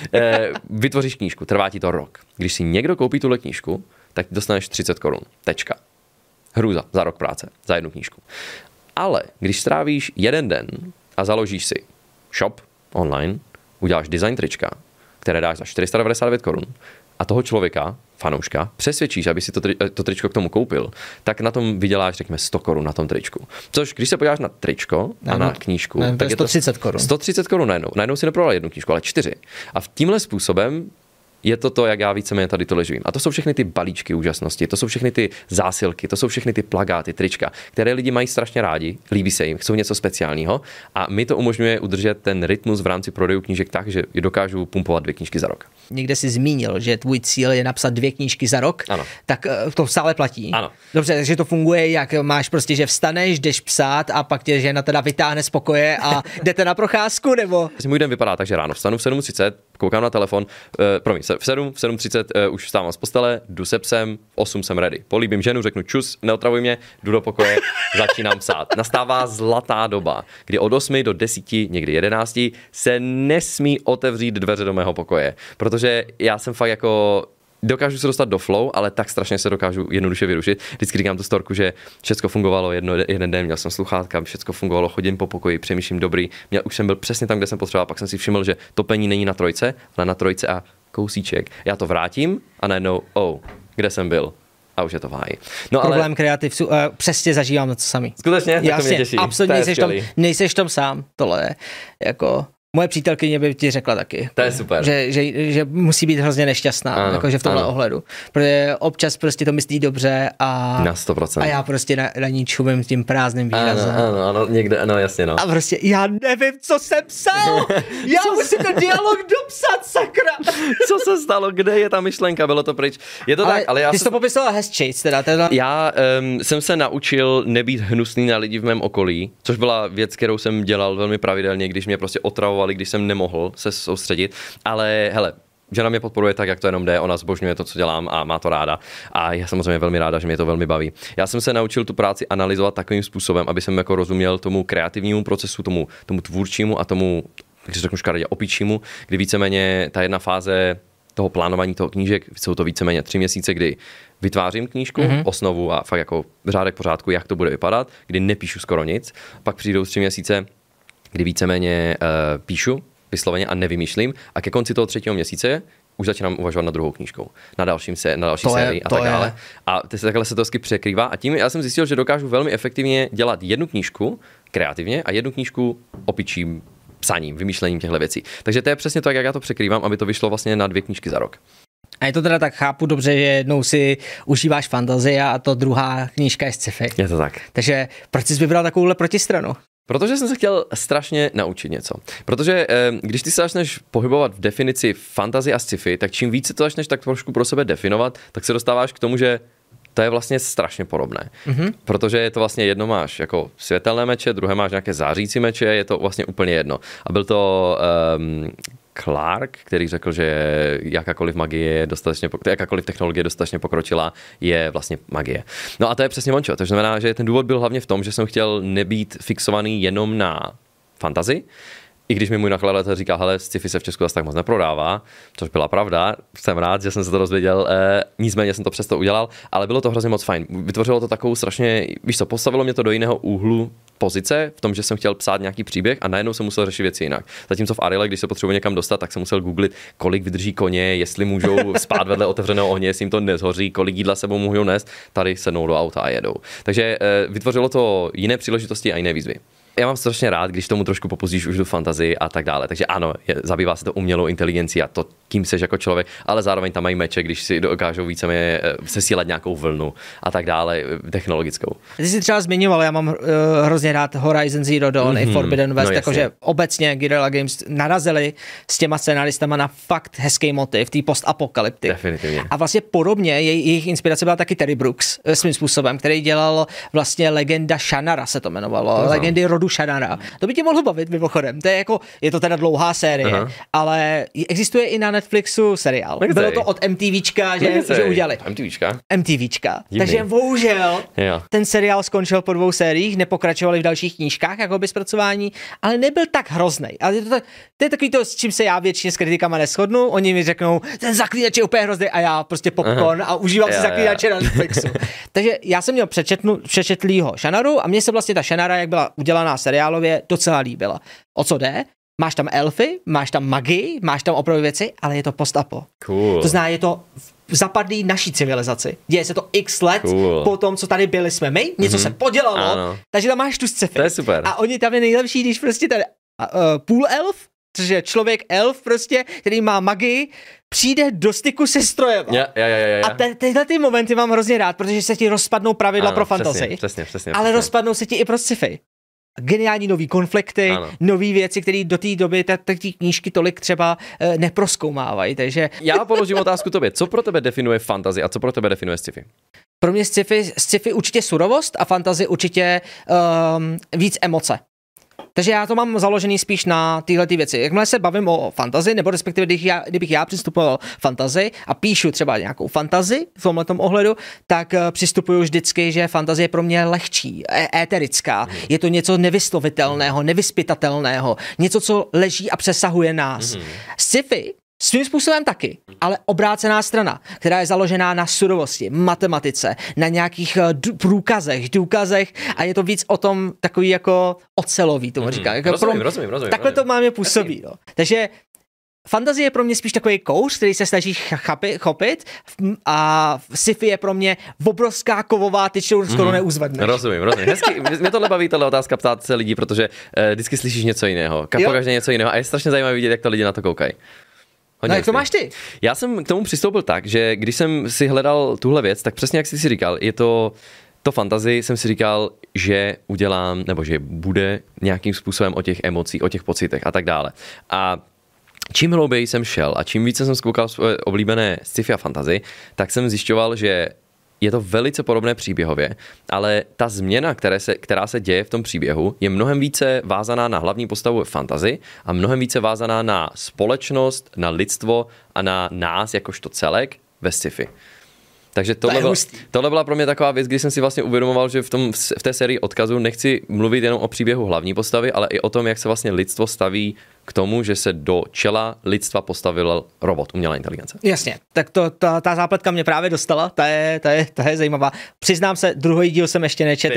Vytvoříš knížku, trvá ti to rok. Když si někdo koupí tuhle knížku, tak dostaneš 30 korun. Tečka. Hrůza za rok práce, za jednu knížku. Ale když strávíš jeden den a založíš si shop online, uděláš design trička, které dáš za 499 korun, a toho člověka, fanouška, přesvědčíš, aby si to tričko k tomu koupil, tak na tom vyděláš, řekněme, 100 korun na tom tričku. Což, když se podíváš na tričko a na knížku, tak je to 130 korun. 130 korun najednou. Najednou si neprodal jednu knížku, ale 4. A tímhle způsobem je to, jak já víceméně tady tohle živím. A to jsou všechny ty balíčky úžasnosti, to jsou všechny ty zásilky, to jsou všechny ty plagáty, trička, které lidi mají strašně rádi, líbí se jim, chcou něco speciálního, a mi to umožňuje udržet ten rytmus v rámci prodejů knížek tak, že dokážu pumpovat 2 knížky za rok. Někde si zmínil, že tvůj cíl je napsat 2 knížky za rok, ano. Tak to stále platí. Ano. Dobře, takže to funguje, jak máš prostě, že vstaneš, jdeš psát a pak tě žena teda vytáhne z pokoje a jdete na procházku, nebo? Můj den vypadá tak, že ráno vstanu v 7:30, koukám na telefon, v 7:30 už vstávám z postele, jdu se psem, v 8 jsem ready. Políbím ženu, řeknu čus, neotravuj mě, jdu do pokoje, začínám psát. Nastává zlatá doba, kdy od 8 do 10, někdy 11 se nesmí otevřít dveře do mého pokoje, protože já jsem fakt jako dokážu se dostat do flow, ale tak strašně se dokážu jednoduše vyrušit. Vždycky říkám tu storku, že všechno fungovalo jeden den, měl jsem sluchátka, všechno fungovalo, chodím po pokoji, přemýšlím dobrý. Už jsem byl přesně tam, kde jsem potřeboval, pak jsem si všiml, že topení není na 3, ale na 3 a kousíček. Já to vrátím a najednou, kde jsem byl? A už je to v háji. No, problém ale kreativců, přesně zažívám to samý. Skutečně? Tak to mě těší. Absolutně nejseš tam sám. Tohle je jako moje přítelkyně by ti řekla taky. To je super. Že musí být hrozně nešťastná, jakože v tomhle ohledu. Protože občas prostě to myslí dobře a na 100%. A já prostě na ní čumím tím prázdným výrazem. Ano, někde, jasně, no. A prostě já nevím, co jsem psal. Já musím ten dialog dopsat, sakra. Co se stalo? Kde je ta myšlenka? Bylo to pryč. Je to tak, ale já ty jsi to popisoval hezčejc teda. Já jsem se naučil nebýt hnusný na lidi v mém okolí, což byla věc, kterou jsem dělal velmi pravidelně, když mě prostě otravovali, když jsem nemohl se soustředit, ale hele, žena mě podporuje tak, jak to jenom jde, ona zbožňuje to, co dělám a má to ráda. A já samozřejmě velmi ráda, že mě to velmi baví. Já jsem se naučil tu práci analyzovat takovým způsobem, aby jsem jako rozuměl tomu kreativnímu procesu, tomu tvůrčímu a tomu, když řeknu škaredě, opičímu, kdy víceméně ta jedna fáze toho plánování toho knížek, jsou to víceméně 3 měsíce, kdy vytvářím knížku, osnovu a fakt jako řádek pořádku, jak to bude vypadat, kdy nepíšu skoro nic. Pak přijdou 3 měsíce, kdy víceméně píšu vysloveně a nevymýšlím, a ke konci toho 3. měsíce už začínám uvažovat na druhou knížkou, na další sérii a tak dále. A takhle se to vždycky překrývá, a tím já jsem zjistil, že dokážu velmi efektivně dělat jednu knížku kreativně a jednu knížku opičím psaním, vymýšlením těchto věcí. Takže to je přesně to, jak já to překrývám, aby to vyšlo vlastně na 2 knížky za rok. A je to teda tak, chápu dobře, že jednou si užíváš fantazii a to druhá knížka je sci-fi. Je to tak. Takže proč jsi vybral takovouhle protistranu? Protože jsem se chtěl strašně naučit něco. Protože když ty se začneš pohybovat v definici fantasy a sci-fi, tak čím více to začneš tak trošku pro sebe definovat, tak se dostáváš k tomu, že to je vlastně strašně podobné. Protože je to vlastně jedno máš jako světelné meče, druhé máš nějaké zářící meče, je to vlastně úplně jedno. A byl to Clark, který řekl, že jakákoliv technologie je dostatečně pokročilá, je vlastně magie. No a to je přesně ončo. To znamená, že ten důvod byl hlavně v tom, že jsem chtěl nebýt fixovaný jenom na fantasy, i když mi můj nakladatel říká, hele, sci-fi se v Česku zase tak moc neprodává, což byla pravda, jsem rád, že jsem se to dozvěděl, nicméně jsem to přesto udělal, ale bylo to hrozně moc fajn. Vytvořilo to takovou strašně, víš co, postavilo mě to do jiného úhlu pozice, v tom, že jsem chtěl psát nějaký příběh a najednou jsem musel řešit věci jinak. Zatímco v Ariele, když se potřebuji někam dostat, tak jsem musel googlit, kolik vydrží koně, jestli můžou spát vedle otevřeného ohně, jestli jim to nezhoří, kolik jídla sebou můžou nést, tady sednou do auta a jedou. Takže vytvořilo to jiné příležitosti a jiné výzvy. Já mám strašně rád, když tomu trošku popustíš už do fantazii a tak dále. Takže ano, zabývá se to umělou inteligencí a to, kým seš jako člověk, ale zároveň tam mají meče, když si dokážou víceméně sesílat nějakou vlnu a tak dále, technologickou. Ty jsi třeba zmiňoval, já mám hrozně rád Horizon Zero Dawn i Forbidden West, jakože obecně Guerrilla Games narazili s těma scenaristama na fakt hezký motiv, tý postapokalypty. Definitivně. A vlastně podobně jejich inspirace byla taky Terry Brooks svým způsobem, který dělal vlastně Legenda Shannara se to jmenovalo, Legendy rodu Shannara. To by tě mohlo bavit mimochodem. Je to teda dlouhá série, ale existuje i na Netflixu seriál. Bylo to od MTVčka, že udělali. MTVčka. Takže bohužel ten seriál skončil po 2 sériích, nepokračovali v dalších knížkách, jako by zpracování, ale nebyl tak hroznej. Ale to je takový to, s čím se já většině s kritikama neshodnu. Oni mi řeknou, ten Zaklínač je úplně hrozný a já prostě popcorn a užívám si Zaklínače na Netflixu. Takže já jsem měl přečetlýho Shannaru a mně se vlastně ta Shannara, jak byla udělaná seriálově, docela líbila. O co jde? Máš tam elfy, máš tam magii, máš tam opravdu věci, ale je to post-apo. Cool. To znamená, je to zapadlý naší civilizaci. Děje se to x let po tom, co tady byli jsme my, něco se podělalo, takže tam máš tu sci-fi. To je super. A oni tam je nejlepší, když prostě tady půl elf, což je člověk elf prostě, který má magii, přijde do styku se strojem. A tyhle ty momenty mám hrozně rád, protože se ti rozpadnou pravidla pro fantasy, ale rozpadnou se ti i pro sci-fi. Geniální nový konflikty, nový věci, které do té doby ty knížky tolik třeba neprozkoumávají, takže... Já položím otázku tobě. Co pro tebe definuje fantasy a co pro tebe definuje sci-fi? Pro mě sci-fi určitě surovost a fantasy určitě víc emoce. Takže já to mám založený spíš na tyhle ty věci. Jakmile se bavím o fantasy, nebo respektive kdybych já přistupoval fantasy a píšu třeba nějakou fantasy v tomhletom ohledu, tak přistupuju vždycky, že fantasy je pro mě lehčí, éterická. Je to něco nevyslovitelného, nevyspytatelného, něco, co leží a přesahuje nás. Sci-fi svým způsobem taky, ale obrácená strana, která je založená na surovosti, matematice, na nějakých důkazech a je to víc o tom takový jako ocelový, tomu říkám. Rozumím. Takhle to máme působí. No. Takže fantazie je pro mě spíš takový kouř, který se snaží chopit a sci-fi je pro mě obrovská kovová tyč, kterou skoro neuzvedneš. Rozumím. Hezky, mě tohle baví, tahle otázka ptát se lidí, protože vždycky slyšíš něco jiného, pokaždé něco jiného a je strašně zajímavé vidět, jak to lidi na to koukají. No jak to máš ty? Já jsem k tomu přistoupil tak, že když jsem si hledal tuhle věc, tak přesně jak jsi si říkal, je to fantasy, jsem si říkal, že udělám, nebo že bude nějakým způsobem o těch emocích, o těch pocitech a tak dále. A čím hlouběji jsem šel a čím více jsem zkoukal svoje oblíbené sci-fi a fantasy, tak jsem zjišťoval, že je to velice podobné příběhově, ale ta změna, která se děje v tom příběhu, je mnohem více vázaná na hlavní postavu fantasy a mnohem více vázaná na společnost, na lidstvo a na nás jakožto celek ve sci-fi. Takže tohle byla pro mě taková věc, kdy jsem si vlastně uvědomoval, že v té sérii odkazu nechci mluvit jenom o příběhu hlavní postavy, ale i o tom, jak se vlastně lidstvo staví k tomu, že se do čela lidstva postavil robot, umělá inteligence. Jasně, tak ta zápletka mě právě dostala, ta je zajímavá. Přiznám se, druhý díl jsem ještě nečetl.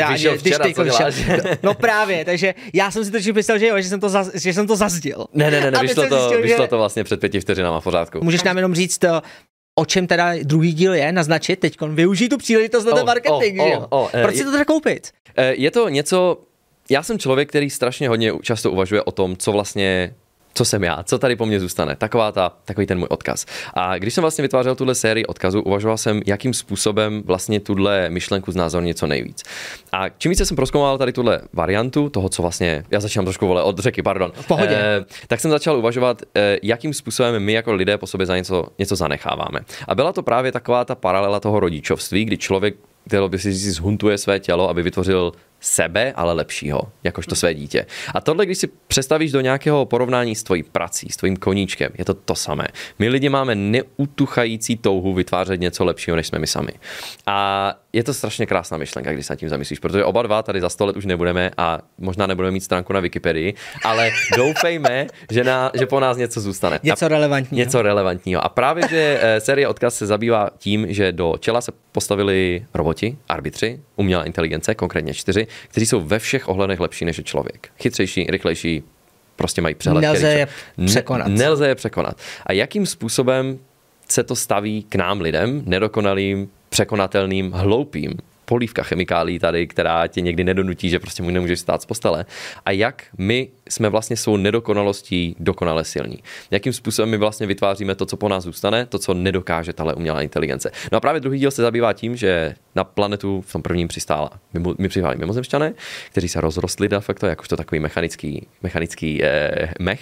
No právě, takže já jsem si to představil, že jsem to zazděl. Ne, vyšlo to vlastně před 5 vteřinama v pořádku. Můžeš nám jenom říct, o čem teda druhý díl je, naznačit, teďkon využij tu příležitost na ten marketing, že jo? Proč si to teda koupit? Je to něco, já jsem člověk, který strašně hodně často uvažuje o tom, co vlastně co jsem já, co tady po mně zůstane, takový ten můj odkaz. A když jsem vlastně vytvářel tuhle sérii odkazů, uvažoval jsem, jakým způsobem vlastně tuhle myšlenku znázornit co nejvíc. A čím více jsem prozkoumal tady tuhle variantu, toho, co vlastně, já začínám trošku od řeky, pardon. V pohodě. Tak jsem začal uvažovat, jakým způsobem my jako lidé po sobě za něco zanecháváme. A byla to právě taková ta paralela toho rodičovství, kdy člověk by si zhuntuje své tělo, aby vytvořil sebe, ale lepšího, jakožto své dítě. A tohle, když si představíš do nějakého porovnání s tvojí prací, s tvým koníčkem, je to to samé. My lidi máme neutuchající touhu vytvářet něco lepšího, než jsme my sami. A je to strašně krásná myšlenka, když se nad tím zamyslíš, protože oba dva tady za 100 let už nebudeme a možná nebudeme mít stránku na Wikipedii, ale doufejme, že po nás něco zůstane. Něco relevantního. A právě, že série Odkaz se zabývá tím, že do čela se postavili roboti, arbitři, umělá inteligence, konkrétně 4, kteří jsou ve všech ohledech lepší než je člověk. Chytřejší, rychlejší, prostě mají přehled. Nelze je překonat. A jakým způsobem se to staví k nám lidem, nedokonalým, překonatelným, hloupým? Polívka chemikálií tady, která tě někdy nedonutí, že prostě mu nemůžeš stát z postele. A jak my jsme vlastně svou nedokonalostí dokonale silní. Jakým způsobem my vlastně vytváříme to, co po nás zůstane, to, co nedokáže tahle umělá inteligence. No a právě druhý díl se zabývá tím, že na planetu v tom prvním přistáli mimozemšťané, kteří se rozrostli de facto, jakožto takový mechanický mech.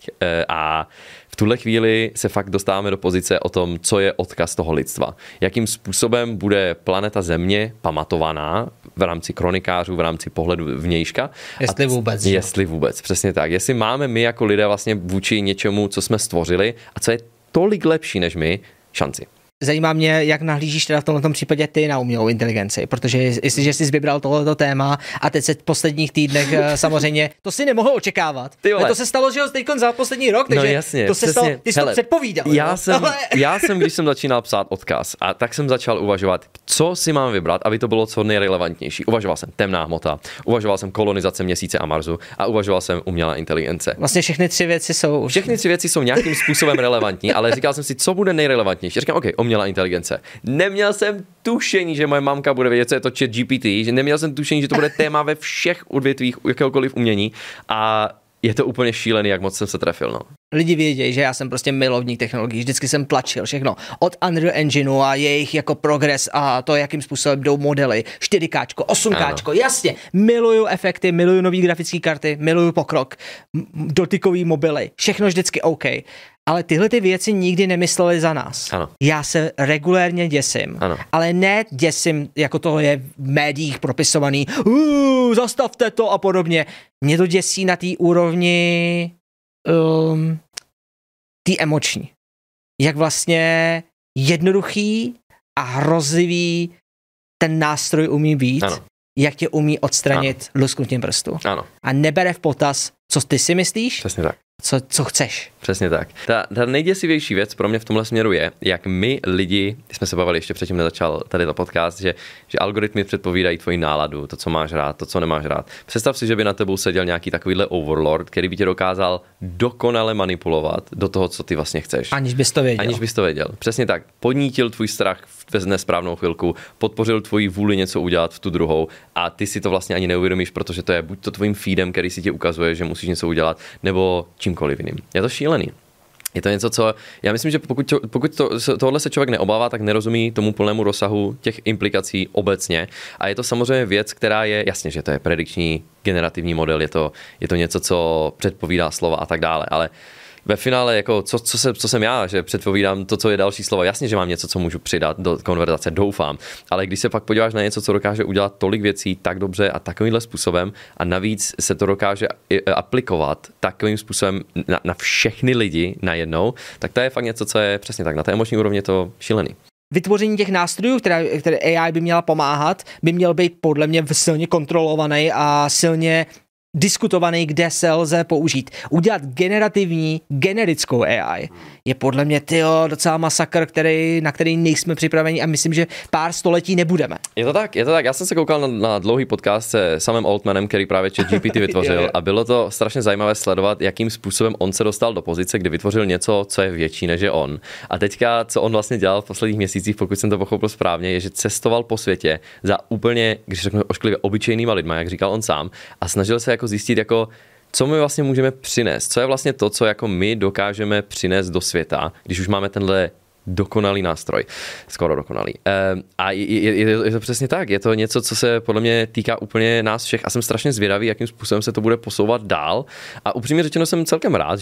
A v tuhle chvíli se fakt dostáváme do pozice o tom, co je odkaz toho lidstva. Jakým způsobem bude planeta Země pamatovaná v rámci kronikářů, v rámci pohledu vnějška. Jestli vůbec, přesně tak. Jestli máme my jako lidé vlastně vůči něčemu, co jsme stvořili a co je tolik lepší než my, šanci. Zajímá mě, jak nahlížíš teda v tomto případě ty na umělou inteligenci, protože jestliže jsi vybral tohleto téma a teď se v posledních týdnech samozřejmě, to si nemohl očekávat. To se stalo, že jo, teďkon za poslední rok, takže no jasně, to se stalo, ty jsi to předpovídal. Já jsem, když jsem začínal psát odkaz, a tak jsem začal uvažovat, co si mám vybrat, aby to bylo co nejrelevantnější. Uvažoval jsem temná hmota, uvažoval jsem kolonizace Měsíce a Marsu a uvažoval jsem umělá inteligence. Vlastně všechny tři věci jsou nějakým způsobem relevantní, ale říkal jsem si, co bude nejrelevantnější. Říkám, OK, umělá inteligence. Neměl jsem tušení, že moje mamka bude vědět, co je to ChatGPT, že neměl jsem tušení, že to bude téma ve všech odvětvích jakéhokoliv umění a je to úplně šílený, jak moc jsem se trefil, no. Lidi vědějí, že já jsem prostě milovník technologií, vždycky jsem tlačil všechno od Unreal Engineu a jejich jako progres a to, jakým způsobem jdou modely, 4K, 8K, jasně, miluju efekty, miluju nový grafické karty, miluju pokrok, dotykový mobily, všechno vždycky OK. Ale tyhle ty věci nikdy nemysleli za nás. Ano. Já se regulérně děsím. Ano. Ale ne děsím, jako to je v médiích propisovaný, zastavte to a podobně. Mě to děsí na té úrovni té emoční. Jak vlastně jednoduchý a hrozivý ten nástroj umí být. Ano. Jak tě umí odstranit lusknutím prstu. Ano. A nebere v potaz, co ty si myslíš. Přesně tak. Co chceš. Přesně tak. Ta nejděsivější věc pro mě v tomhle směru je, jak my lidi, jsme se bavili ještě předtím, nezačal tady to podcast, že algoritmy předpovídají tvoji náladu, to, co máš rád, to, co nemáš rád. Představ si, že by na tebou seděl nějaký takovýhle overlord, který by tě dokázal dokonale manipulovat do toho, co ty vlastně chceš. Aniž bys to věděl. Přesně tak. Podnítil tvůj strach v nesprávnou chvilku, podpořil tvoji vůli něco udělat v tu druhou a ty si to vlastně ani neuvědomíš, protože to je buď to tvým feedem, který si ti ukazuje, že musíš něco udělat, nebo čímkoliv jiným. Je to šílený. Je to něco, co já myslím, že pokud tohle se člověk neobává, tak nerozumí tomu plnému rozsahu těch implikací obecně. A je to samozřejmě věc, která je, jasně, že to je predikční generativní model, je to něco, co předpovídá slova a tak dále, ale ve finále, jako co jsem já, že předpovídám to, co je další slovo. Jasně, že mám něco, co můžu přidat do konverzace, doufám. Ale když se pak podíváš na něco, co dokáže udělat tolik věcí tak dobře a takovýmhle způsobem a navíc se to dokáže aplikovat takovým způsobem na všechny lidi najednou, tak to je fakt něco, co je přesně tak. Na té emoční úrovni je to šílený. Vytvoření těch nástrojů, které AI by měla pomáhat, by měl být podle mě silně kontrolovaný a silně diskutovaný, kde se lze použít. Udělat generickou AI je podle mě docela masakr, na který nejsme připraveni a myslím, že pár století nebudeme. Je to tak. Já jsem se koukal na dlouhý podcast se Samem Altmanem, který právě ChatGPT vytvořil a bylo to strašně zajímavé sledovat, jakým způsobem on se dostal do pozice, kdy vytvořil něco, co je větší než je on. A teďka, co on vlastně dělal v posledních měsících, pokud jsem to pochopil správně, je, že cestoval po světě za úplně, když řeknu ošklivě, obyčejnýma lidma, jak říkal on sám, a snažil se jako zjistit, jako co my vlastně můžeme přinést, co je vlastně to, co jako my dokážeme přinést do světa, když už máme tenhle dokonalý nástroj, skoro dokonalý. A je to přesně tak, je to něco, co se podle mě týká úplně nás všech a jsem strašně zvědavý, jakým způsobem se to bude posouvat dál a upřímně řečeno jsem celkem rád,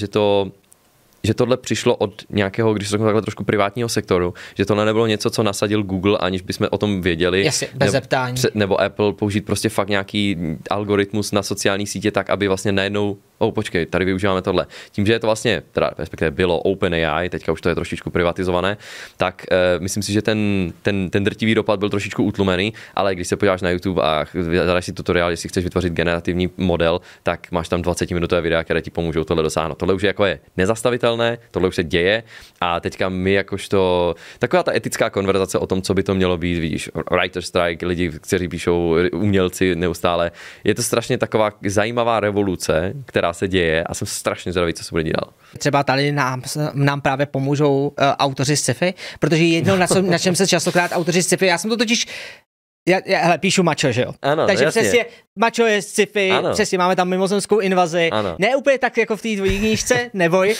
že tohle přišlo od nějakého, když to řeknu takhle trošku privátního sektoru, že tohle nebylo něco, co nasadil Google, aniž bychom o tom věděli. Jasně, bez zeptání. Nebo Apple použít prostě fakt nějaký algoritmus na sociální sítě tak, aby vlastně najednou počkej, tady využíváme tohle. Tím, že je to vlastně, teda respektive bylo OpenAI, teďka už to je trošičku privatizované, tak myslím si, že ten drtivý dopad byl trošičku utlumený, ale když se podíváš na YouTube a zadáš si tutoriál, jestli chceš vytvořit generativní model, tak máš tam 20-minutové videa, které ti pomůžou tohle dosáhnout. Tohle už je nezastavitelné, tohle už se děje a teďka my jakožto taková ta etická konverzace o tom, co by to mělo být, vidíš, writer strike, lidi, kteří píšou, umělci neustále. Je to strašně taková zajímavá revoluce, která se děje a jsem strašně zvědavý, co se bude dělat. Třeba tady nám právě pomůžou autoři sci-fi, protože jedno, na čem se častokrát autoři sci-fi, já jsem to totiž hele, píšu mačo, že jo? Ano, takže jasně. přesně, mačo je sci-fi, přesně, máme tam mimozemskou invazi, ne úplně tak jako v té tvojí knížce, neboj,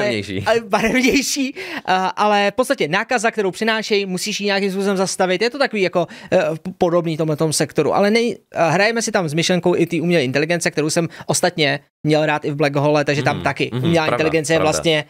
barevnější, ale v podstatě nákaza, kterou přinášejí, musíš ji nějakým způsobem zastavit, je to takový jako podobný tomhletom sektoru, ale hrajeme si tam s myšlenkou i té umělé inteligence, kterou jsem ostatně měl rád i v Black Hole, takže tam taky umělá inteligence je vlastně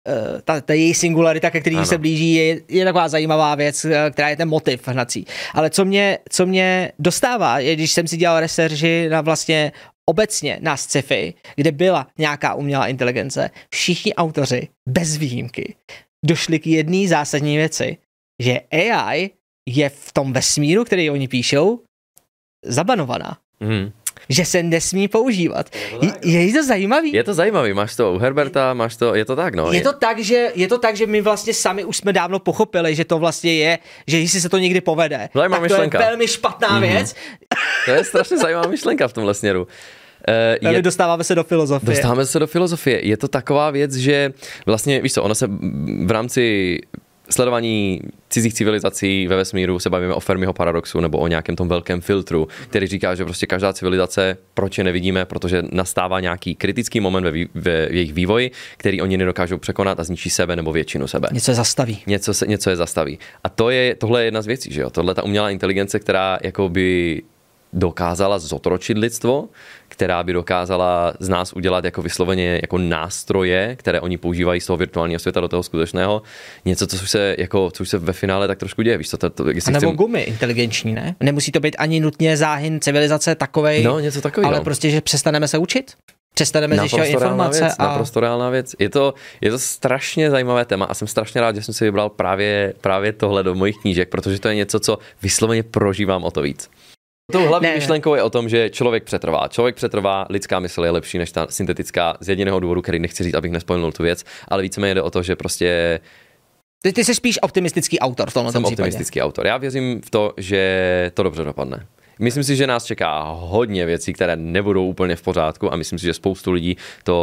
ta její singularita, ke který se blíží, je taková zajímavá věc, která je ten motiv hnací. Ale co mě dostává, je, když jsem si dělal researchy na vlastně obecně na sci-fi, kde byla nějaká umělá inteligence, všichni autoři, bez výjimky, došli k jedné zásadní věci, že AI je v tom vesmíru, který oni píšou, zabanovaná. Že se nesmí používat. Je to zajímavý? Je to zajímavý, máš to u Herberta, je to tak, no. Je to tak, že my vlastně sami už jsme dávno pochopili, že to vlastně je, že jestli se to někdy povede, tak to je velmi špatná věc. To je strašně zajímavá myšlenka v tomhle směru. Dostáváme se do filozofie. Je to taková věc, že vlastně, víš co, ono se v rámci sledování cizích civilizací ve vesmíru se bavíme o Fermiho paradoxu nebo o nějakém tom velkém filtru, který říká, že prostě každá civilizace, proč je nevidíme, protože nastává nějaký kritický moment ve jejich vývoji, který oni nedokážou překonat a zničí sebe nebo většinu sebe. Něco je zastaví. Něco je zastaví. A tohle je jedna z věcí, že jo? Tohle ta umělá inteligence, která jakoby dokázala zotročit lidstvo, která by dokázala z nás udělat jako vysloveně jako nástroje, které oni používají z toho virtuálního světa do toho skutečného. Něco, co už se ve finále tak trošku děje. Víš, nebo gumy inteligenční, ne? Nemusí to být ani nutně záhyn civilizace takovej, něco takového. Ale prostě, že přestaneme se učit. Přestaneme zjišťovat informace. Naprosto reálná věc. Je to strašně zajímavé téma a jsem strašně rád, že jsem si vybral právě tohle do mojich knížek, protože to je něco, co vysloveně prožívám o to víc. Tou hlavní myšlenkou je o tom, že člověk přetrvá, lidská mysl je lepší než ta syntetická z jediného důvodu, který nechci říct, abych nespomenul tu věc, ale víceméně jde o to, že prostě... Ty jsi spíš optimistický autor v tomhle případě. Jsem optimistický autor. Já věřím v to, že to dobře dopadne. Myslím si, že nás čeká hodně věcí, které nebudou úplně v pořádku a myslím si, že spoustu lidí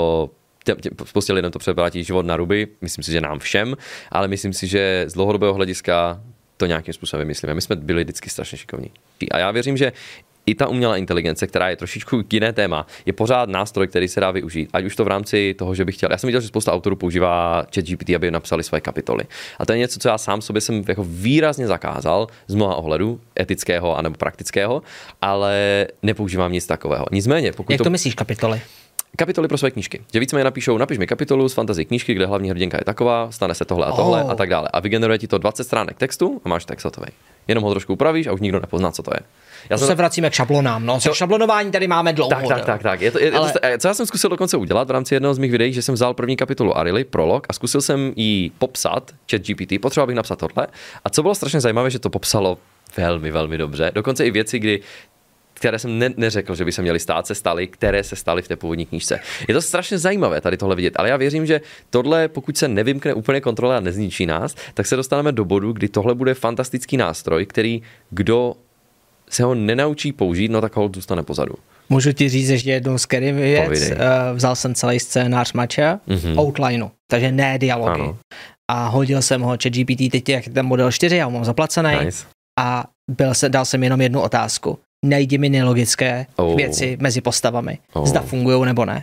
spoustě lidem to převrátí život na ruby, myslím si, že nám všem, ale myslím si, že z dlouhodobého hlediska to nějakým způsobem vymyslíme. My jsme byli vždycky strašně šikovní. A já věřím, že i ta umělá inteligence, která je trošičku jiné téma, je pořád nástroj, který se dá využít. Ať už to v rámci toho, že bych chtěl. Já jsem viděl, že spousta autorů používá ChatGPT, aby napsali své kapitoly. A to je něco, co já sám sobě jsem jako výrazně zakázal z mnoha ohledů, etického anebo praktického, ale nepoužívám nic takového. Nicméně, pokud Jak to myslíš kapitoly? Kapitoly pro své knížky. Že víceméně napiš mi kapitolu z fantasy knížky, kde hlavní hrdinka je taková, stane se tohle a tohle a tak dále. A vygeneruje ti to 20 stránek textu a máš text hotový. Jenom ho trošku upravíš a už nikdo nepozná, co to je. Se vracíme k šablonám, no. Šablonování tady máme dlouho. Tak. Co já jsem zkusil dokonce udělat v rámci jednoho z mých videí, že jsem vzal první kapitolu Arily, prolog, a zkusil jsem jí popsat, ChatGPT, potřeboval bych napsat tohle. A co bylo strašně zajímavé, že to popsalo velmi, velmi dobře. Dokonce i věci, které jsem neřekl, že by se měly stát, které se staly v té původní knížce. Je to strašně zajímavé tady tohle vidět, ale já věřím, že tohle, pokud se nevymkne úplně kontrola a nezničí nás, tak se dostaneme do bodu, kdy tohle bude fantastický nástroj, který kdo se ho nenaučí použít, no tak ho zůstane pozadu. Můžu ti říct ještě jednou scary věc. Vzal jsem celý scénář Macha, outlineu, takže ne dialogy. Ano. A hodil jsem ho ChatGPT, teď je ten model 4, já ho mám zaplacený. Nice. A dal jsem jenom jednu otázku. Najdi mi nelogické věci mezi postavami. Zda fungujou nebo ne.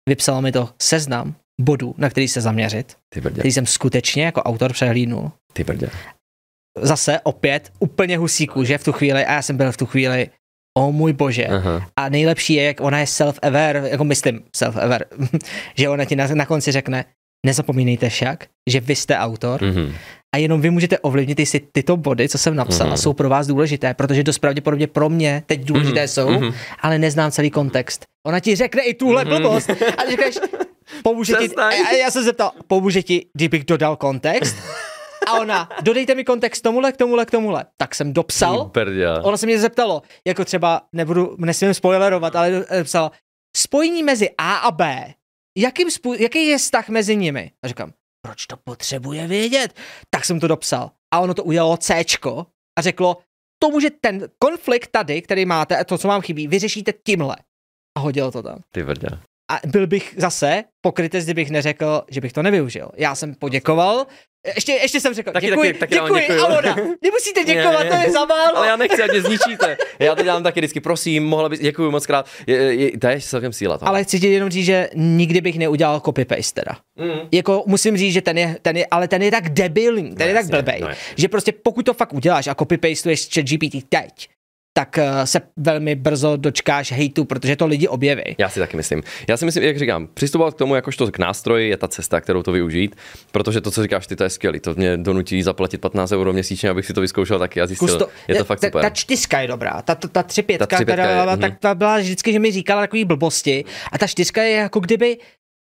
vypsalo mi to seznam bodů, na který se zaměřit, který jsem skutečně jako autor přehlídnul. Ty brdě. Zase opět úplně husíku, že v tu chvíli, a já jsem byl v tu chvíli, o můj bože. Aha. A nejlepší je, jak ona je self-aware, jako myslím self-aware, že ona ti na konci řekne, nezapomínejte však, že vy jste autor a jenom vy můžete ovlivnit, jestli tyto body, co jsem napsal, jsou pro vás důležité, protože dost pravděpodobně pro mě teď důležité jsou, ale neznám celý kontext. Ona ti řekne i tuhle blbost a říkáš, pomůže ti, a já se zeptal, pomůže ti, kdybych dodal kontext? A ona, dodejte mi kontext k tomuhle. Tak jsem dopsal. Ona se mě zeptalo, jako třeba, nesmím spoilerovat, ale psala, spojení mezi A a B. Jaký je vztah mezi nimi? A říkám, proč to potřebuje vědět? Tak jsem to dopsal. A ono to udělalo Cčko a řeklo, to může ten konflikt tady, který máte, a to, co vám chybí, vyřešíte tímhle. A hodilo to tam. Ty vrdě. A byl bych zase pokrytec, kdybych neřekl, že bych to nevyužil. Já jsem poděkoval, ještě jsem řekl, děkuji, a ona, nemusíte děkovat, to je za málo. Ale já nechci, ať mě zničíte. Já to dělám taky vždycky, prosím, mohla bys, děkuji moc krát. To je celkem síla. Tohle. Ale chci ti jenom říct, že nikdy bych neudělal copy-paste teda. Jako musím říct, že ten je tak debilní, ten je tak blbej, že prostě pokud to fakt uděláš a copy-pastuješ ChatGPT teď, tak se velmi brzo dočkáš hejtu, protože to lidi objeví. Já si taky myslím. Já si myslím, jak říkám, přistupovat k tomu jakožto k nástroji je ta cesta, kterou to využít, protože to, co říkáš ty, to je skvělý. To mě donutí zaplatit 15 € měsíčně, abych si to vyzkoušel taky a zjistil, je to fakt super. Ta 4 je dobrá, ta 3.5, která tak ta byla vždycky, že mi říkala takový blbosti a ta 4 je jako kdyby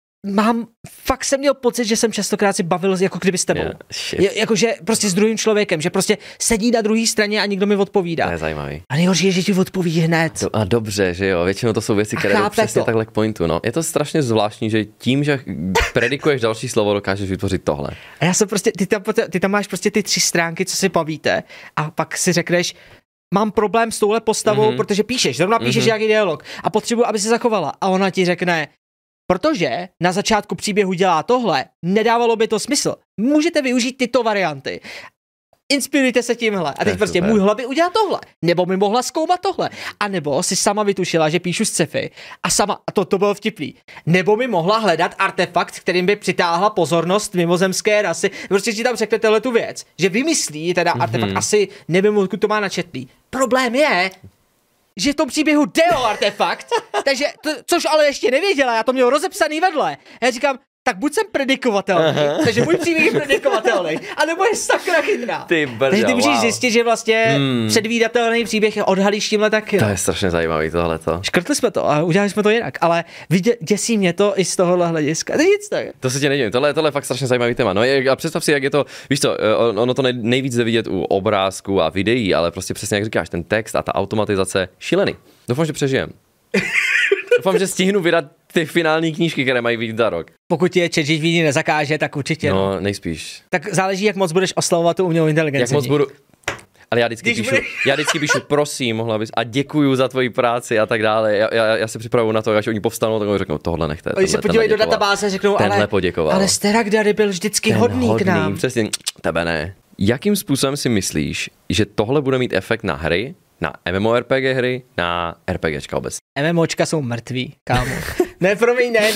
fakt jsem měl pocit, že jsem častokrát si bavil jako kdyby s tebou. Jakože prostě s druhým člověkem, že prostě sedí na druhé straně a nikdo mi odpovídá. To je zajímavý. A nejhorší je, že ti odpoví hned. A dobře, že jo, většinou to jsou věci, které jdou přesně takhle k pointu. No. Je to strašně zvláštní, že tím, že predikuješ další slovo, dokážeš vytvořit tohle. A já jsem prostě, ty tam máš prostě ty 3 stránky, co si bavíte a pak si řekneš, mám problém s touhle postavou, protože zrovna píšeš nějaký dialog a potřebuji, aby se zachovala. A ona ti řekne, protože na začátku příběhu dělá tohle, nedávalo by to smysl. Můžete využít tyto varianty. Inspirujte se tímhle. A teď prostě mohla by udělat tohle. Nebo mi mohla zkoumat tohle. A nebo si sama vytušila, že píšu sci-fi. A to bylo vtipný. Nebo mi mohla hledat artefakt, kterým by přitáhla pozornost mimozemské rasy. Prostě si tam řekne tohle tu věc. Že vymyslí teda artefakt. Asi nevím, odkud to má načetlý. Problém je, že v tom příběhu jde o artefakt, takže což ale ještě nevěděla, já to měl rozepsaný vedle. Já říkám, tak buď jsem predikovatelný, takže můj příběh je predikovatelný, anebo je sakra chytrá. Takže ty můžeš zjistit, že vlastně předvídatelný příběh je odhalíš tímhle taky. To je strašně zajímavý tohleto. Škrtli jsme to a udělali jsme to jinak, ale děsí mě to i z tohohle hlediska. To se tě nedělím, tohle je fakt strašně zajímavý téma. No a představ si, jak je to, víš co, ono to nejvíc jde vidět u obrázků a videí, ale prostě přesně jak říkáš, ten text a ta automatizace, šílený. Doufám, že přežijem. Doufám, že stihnu vydat ty finální knížky, které mají vyjít za rok. Pokud je ChatGPT nezakáže, tak určitě. No, nejspíš. Tak záleží, jak moc budeš oslavovat tu umělou inteligenci. Jak moc budu... Ale já vždycky píšu, prosím, mohla bys, a děkuju za tvoji práci a tak dále. Já se připravuju na to, až oni povstanou, tak oni řeknou, tohle nechte. Oni se podívají do databáze a řeknou, ale Sterak byl vždycky hodný k nám. Přesně, tebe ne. Jakým způsobem si myslíš, že tohle bude mít efekt na hry, na MMORPG hry, na RPGčka obecně? MMOčka jsou mrtví, kámo. Ne, promiň, ne,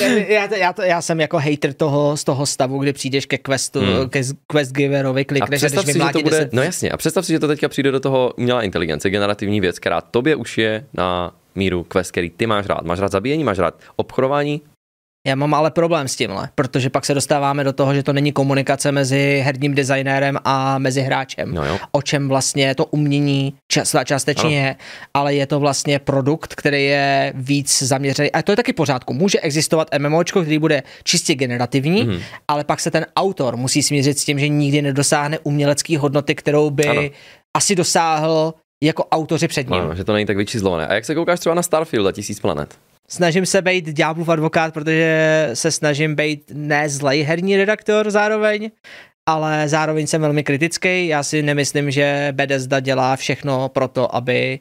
já jsem jako hater z toho stavu, kdy přijdeš ke questu, ke quest giverovi, klikneš a jdeš vymlátit 10. No jasně, a představ si, že to teďka přijde do toho umělá inteligence, generativní věc, která tobě už je na míru quest, který ty máš rád. Máš rád zabíjení, máš rád obchodování? Já mám ale problém s tímhle, protože pak se dostáváme do toho, že to není komunikace mezi herním designérem a mezi hráčem. No o čem vlastně to umění částečně je, ale je to vlastně produkt, který je víc zaměřený. A to je taky v pořádku. Může existovat MMOčko, který bude čistě generativní, ale pak se ten autor musí smířit s tím, že nikdy nedosáhne umělecké hodnoty, kterou by asi dosáhl jako autoři před ním. Že to není tak vyčíslované. A jak se koukáš třeba na Starfield a 1000 planet? Snažím se být ďáblův advokát, protože se snažím být ne zlej herní redaktor zároveň, ale zároveň jsem velmi kritický. Já si nemyslím, že Bethesda dělá všechno pro to, aby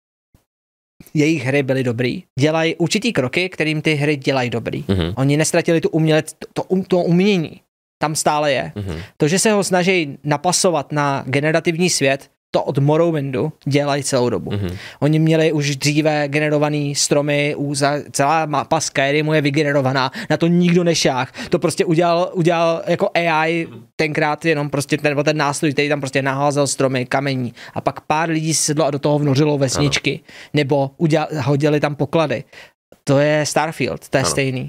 jejich hry byly dobrý. Dělají určitý kroky, kterým ty hry dělají dobrý. Oni nestratili to umění. Tam stále je. To, že se ho snaží napasovat na generativní svět, to od Morrowindu dělají celou dobu. Oni měli už dříve generovaný stromy, celá mapa Skyrimu je vygenerovaná, na to nikdo nešáh. To prostě udělal jako AI tenkrát jenom prostě ten nástroj, který tam prostě naházel stromy, kamení a pak pár lidí sedlo a do toho vnořilo vesničky, nebo hodili tam poklady. To je Starfield, to je stejný.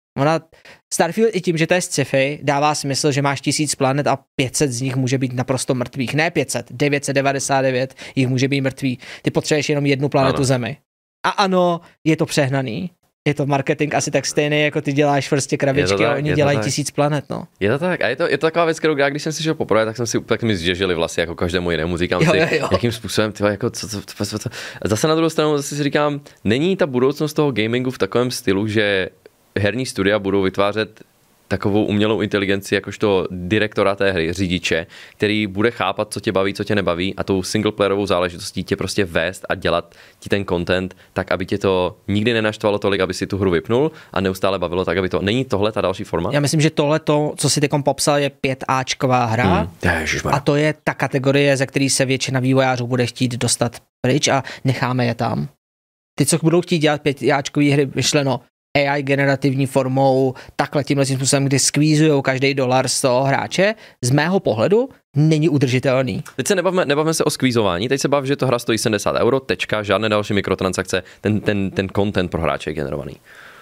Starfield i tím, že to je sci-fi, dává smysl, že máš 1000 planet a 500 z nich může být naprosto mrtvých. Ne 500, 999 jich může být mrtvý. Ty potřebuješ jenom jednu planetu Zemi. A ano, je to přehnaný. Je to marketing asi tak stejný, jako ty děláš prostě krabičky a oni dělají 1000 planet, no. Je to tak. A je to taková věc, kterou když jsem si šel poprvé, tak jsem si úplně mi zžežili vlastně jako každému jinému. Říkám si, jakým způsobem, tyhle, jako co. Zase na druhou stranu si říkám, není ta budoucnost toho gamingu v takovém stylu, že herní studia budou vytvářet takovou umělou inteligenci, jakožto direktora té hry, řidiče, který bude chápat, co tě baví, co tě nebaví a tou singleplayerovou záležitostí tě prostě vést a dělat ti ten content tak, aby tě to nikdy nenaštvalo tolik, aby si tu hru vypnul a neustále bavilo tak, aby to... Není tohle ta další forma? Já myslím, že tohle, co si teďkom popsal, je 5Ačková hra a to je ta kategorie, ze který se většina vývojářů bude chtít dostat pryč a necháme je tam. Ty, co budou chtít dělat 5Ačkový hry, myšleno AI generativní formou, takhle tímhle způsobem, kdy skvízujou každý dolar z toho hráče, z mého pohledu není udržitelný. Teď se nebavme se o skvízování, teď se bav, že to hra stojí 70 €, tečka, žádné další mikrotransakce, ten content pro hráče je generovaný.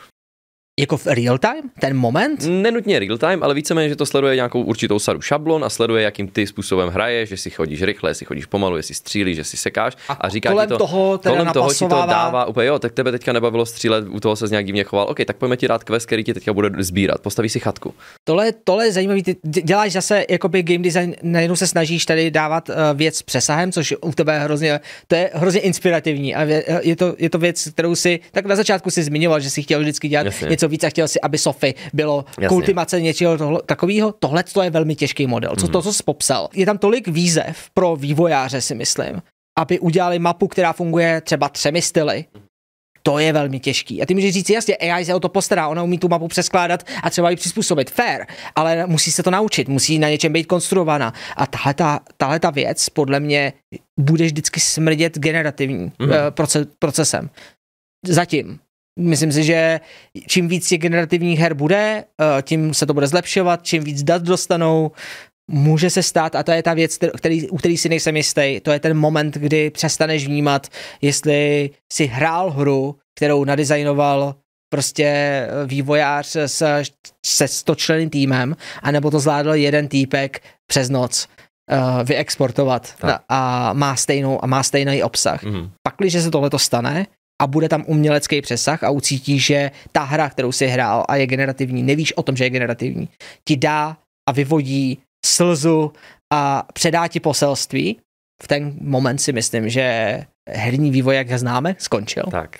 Jako v real time? Ten moment? Nenutně real time, ale víceméně, že to sleduje nějakou určitou sadu šablon a sleduje, jakým ty způsobem hraješ, že si chodíš rychle, jestli chodíš pomalu, jestli střílíš, že si sekáš a říká kolem ti to, toho ti to dává úplně, jo, tak tebe teďka nebavilo střílet, u toho se nějak divně choval, OK, tak pojďme ti dát quest, který ti teďka bude sbírat, postaví si chatku. Tohle je zajímavý, ty děláš zase jakoby game design, najednou se snažíš tady dávat věc s přesahem, což u tebe to je hrozně inspirativní a je to věc, kterou si, tak na začátku si zmiňoval, že si chtěl vždycky dělat něco víc a chtěl si, aby Sofy bylo kultivace něčeho takového. Tohle to je velmi těžký model. Co jsi popsal? Je tam tolik výzev pro vývojáře, si myslím, aby udělali mapu, která funguje třeba 3 styly. To je velmi těžký. A ty můžeš říct, jasně, AI se o to postará, ona umí tu mapu přeskládat a třeba ji přizpůsobit. Fair, ale musí se to naučit, musí na něčem být konstruovaná. A tahle ta věc, podle mě, bude vždycky smrdět generativním procesem. Zatím. Myslím si, že čím víc těch generativních her bude, tím se to bude zlepšovat, čím víc dat dostanou, může se stát, a to je ta věc, u který si nejsem jistý, to je ten moment, kdy přestaneš vnímat, jestli si hrál hru, kterou nadizajnoval prostě vývojář se 100členným týmem, anebo to zvládl jeden týpek přes noc vyexportovat a má stejný obsah. Pakliže se tohleto stane, a bude tam umělecký přesah a ucítíš, že ta hra, kterou jsi hrál a je generativní, nevíš o tom, že je generativní, ti dá a vyvodí slzu a předá ti poselství, v ten moment si myslím, že herní vývoj, jak ho známe, skončil. Tak.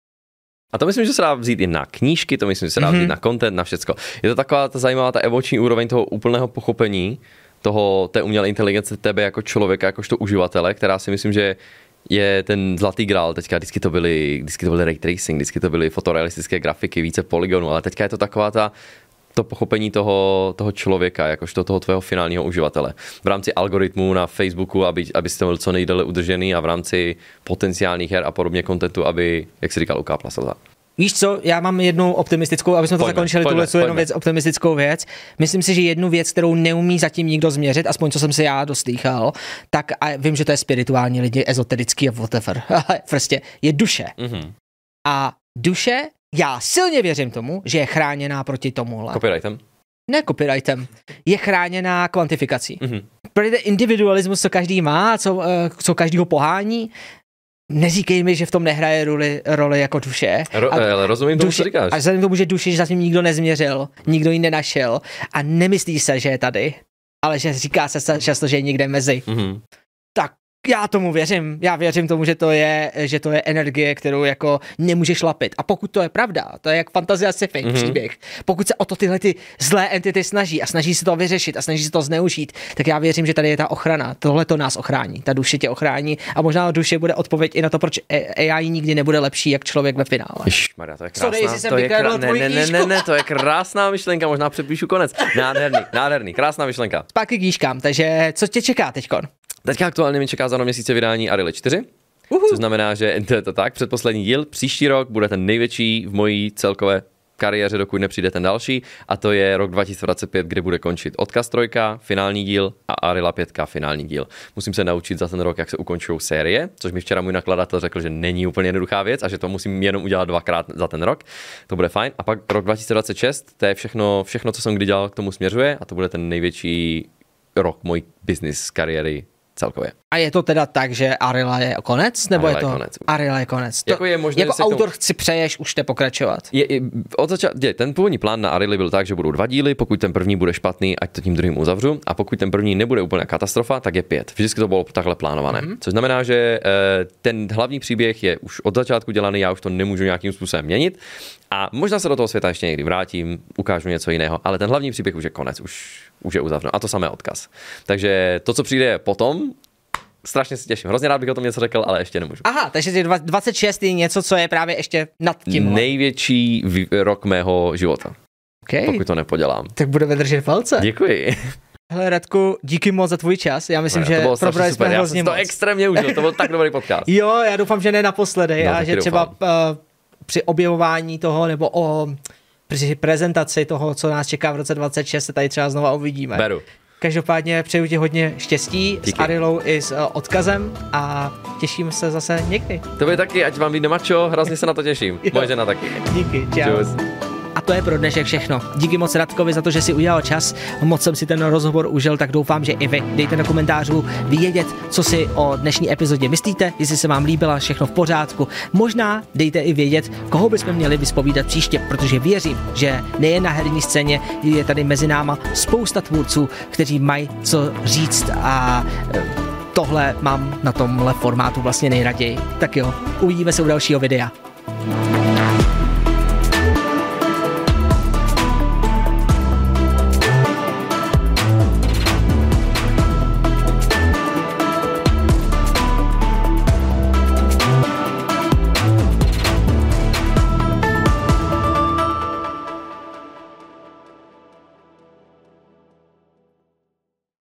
A to myslím, že se dá vzít i na knížky, to myslím, že se dá vzít na content, na všecko. Je to taková ta zajímavá ta emoční úroveň toho úplného pochopení té umělé inteligence tebe jako člověka, jakožto uživatele, která si myslím, že je ten zlatý grál. Teďka vždycky to byly ray tracing, vždycky to byly fotorealistické grafiky, více polygonů, ale teďka je to taková to pochopení toho člověka, jakožto toho tvého finálního uživatele. V rámci algoritmů na Facebooku, aby to byl co nejdéle udržený a v rámci potenciálních her a podobně kontentu, aby, jak si říkal, ukápla slza. Víš co, já mám jednu optimistickou, aby jsme to zakončili, jednu věc, optimistickou věc. Myslím si, že jednu věc, kterou neumí zatím nikdo změřit, aspoň co jsem si já doslýchal, tak a vím, že to je spirituální lidi, ezoterický a whatever, ale prostě je duše. A duše, já silně věřím tomu, že je chráněná proti tomuhle. Copyrightem? Ne copyrightem, je chráněná kvantifikací. Protože individualismus, co každý má, co každýho pohání, neříkej mi, že v tom nehraje roli jako duše. Ale rozumím tomu, co říkáš. A vzhledem tomu, že duši zatím nikdo nezměřil, nikdo ji nenašel a nemyslí se, že je tady, ale že říká se často, že je někde mezi. Tak já tomu věřím. Já věřím tomu, že to je energie, kterou jako nemůžeš lapit. A pokud to je pravda, to je jak fantazie a sci-fi příběh. Pokud se o to tyhle ty zlé entity snaží a snaží se to vyřešit a snaží se to zneužít, tak já věřím, že tady je ta ochrana. Tohle to nás ochrání. Ta duše tě ochrání a možná duše bude odpověď i na to, proč AI nikdy nebude lepší jak člověk ve finále. Ježišmarja, to je krásná. Ne, to je krásná myšlenka, možná přepíšu konec. Nádherný, krásná myšlenka. Zpátky k knížkám, takže co tě čeká teďkon? Teďka aktuálně mi čeká za 2 měsíce vydání Arily 4, což znamená, že to je to tak, předposlední díl, příští rok bude ten největší v mojí celkové kariéře, dokud nepřijde ten další, a to je rok 2025, kdy bude končit Odkaz 3, finální díl, a Arila 5, finální díl. Musím se naučit za ten rok, jak se ukončují série, což mi včera můj nakladatel řekl, že není úplně jednoduchá věc a že to musím jenom udělat 2krát za ten rok. To bude fajn. A pak rok 2026, to je všechno, co jsem kdy dělal, k tomu směřuje, a to bude ten největší rok mojí business kariéry celkově. A je to teda tak, že Arila je konec? Nebo Arila je to konec. Arila je konec. Jako je možné, jako autor si přeješ už pokračovat. Ten původní plán na Arily byl tak, že budou 2 díly, pokud ten první bude špatný, ať to tím druhým uzavřu, a pokud ten první nebude úplně katastrofa, tak je 5. Vždycky to bylo takhle plánované. Což znamená, že ten hlavní příběh je už od začátku dělaný, já už to nemůžu nějakým způsobem měnit. A možná se do toho světa ještě někdy vrátím, ukážu něco jiného, ale ten hlavní příběh už je konec, už je uzavřen. A to samé Odkaz. Takže to, co přijde potom, strašně se těším. Hrozně rád bych o tom něco řekl, ale ještě nemůžu. Aha, takže 26 je něco, co je právě ještě nad tím. Největší rok mého života. Okay. Pokud to nepodělám. Tak budeme držet palce. Děkuji. Hele, Radku, díky moc za tvůj čas. Já myslím, že probrali jsme hrozně moc. To extrémně užil, to byl tak dobrý podcast. Jo, já doufám, že ne naposledy, a že třeba při objevování toho nebo při prezentaci toho, co nás čeká v roce 26, se tady třeba znova uvidíme. Beru. Každopádně přeju ti hodně štěstí. Díky. S Arilou i s Odkazem a těším se zase někdy. To by taky, ať vám vyjde mačo, hrozně se na to těším. Moje žena taky. Díky, čau. Čus. A to je pro dnešek všechno. Díky moc Radkovi za to, že si udělal čas. Moc jsem si ten rozhovor užil, tak doufám, že i vy. Dejte do komentářů vědět, co si o dnešní epizodě myslíte, jestli se vám líbila, všechno v pořádku. Možná dejte i vědět, koho bychom měli vyspovídat příště, protože věřím, že nejen na herní scéně je tady mezi náma spousta tvůrců, kteří mají co říct, a tohle mám na tomhle formátu vlastně nejraději. Tak jo, uvidíme se u dalšího videa.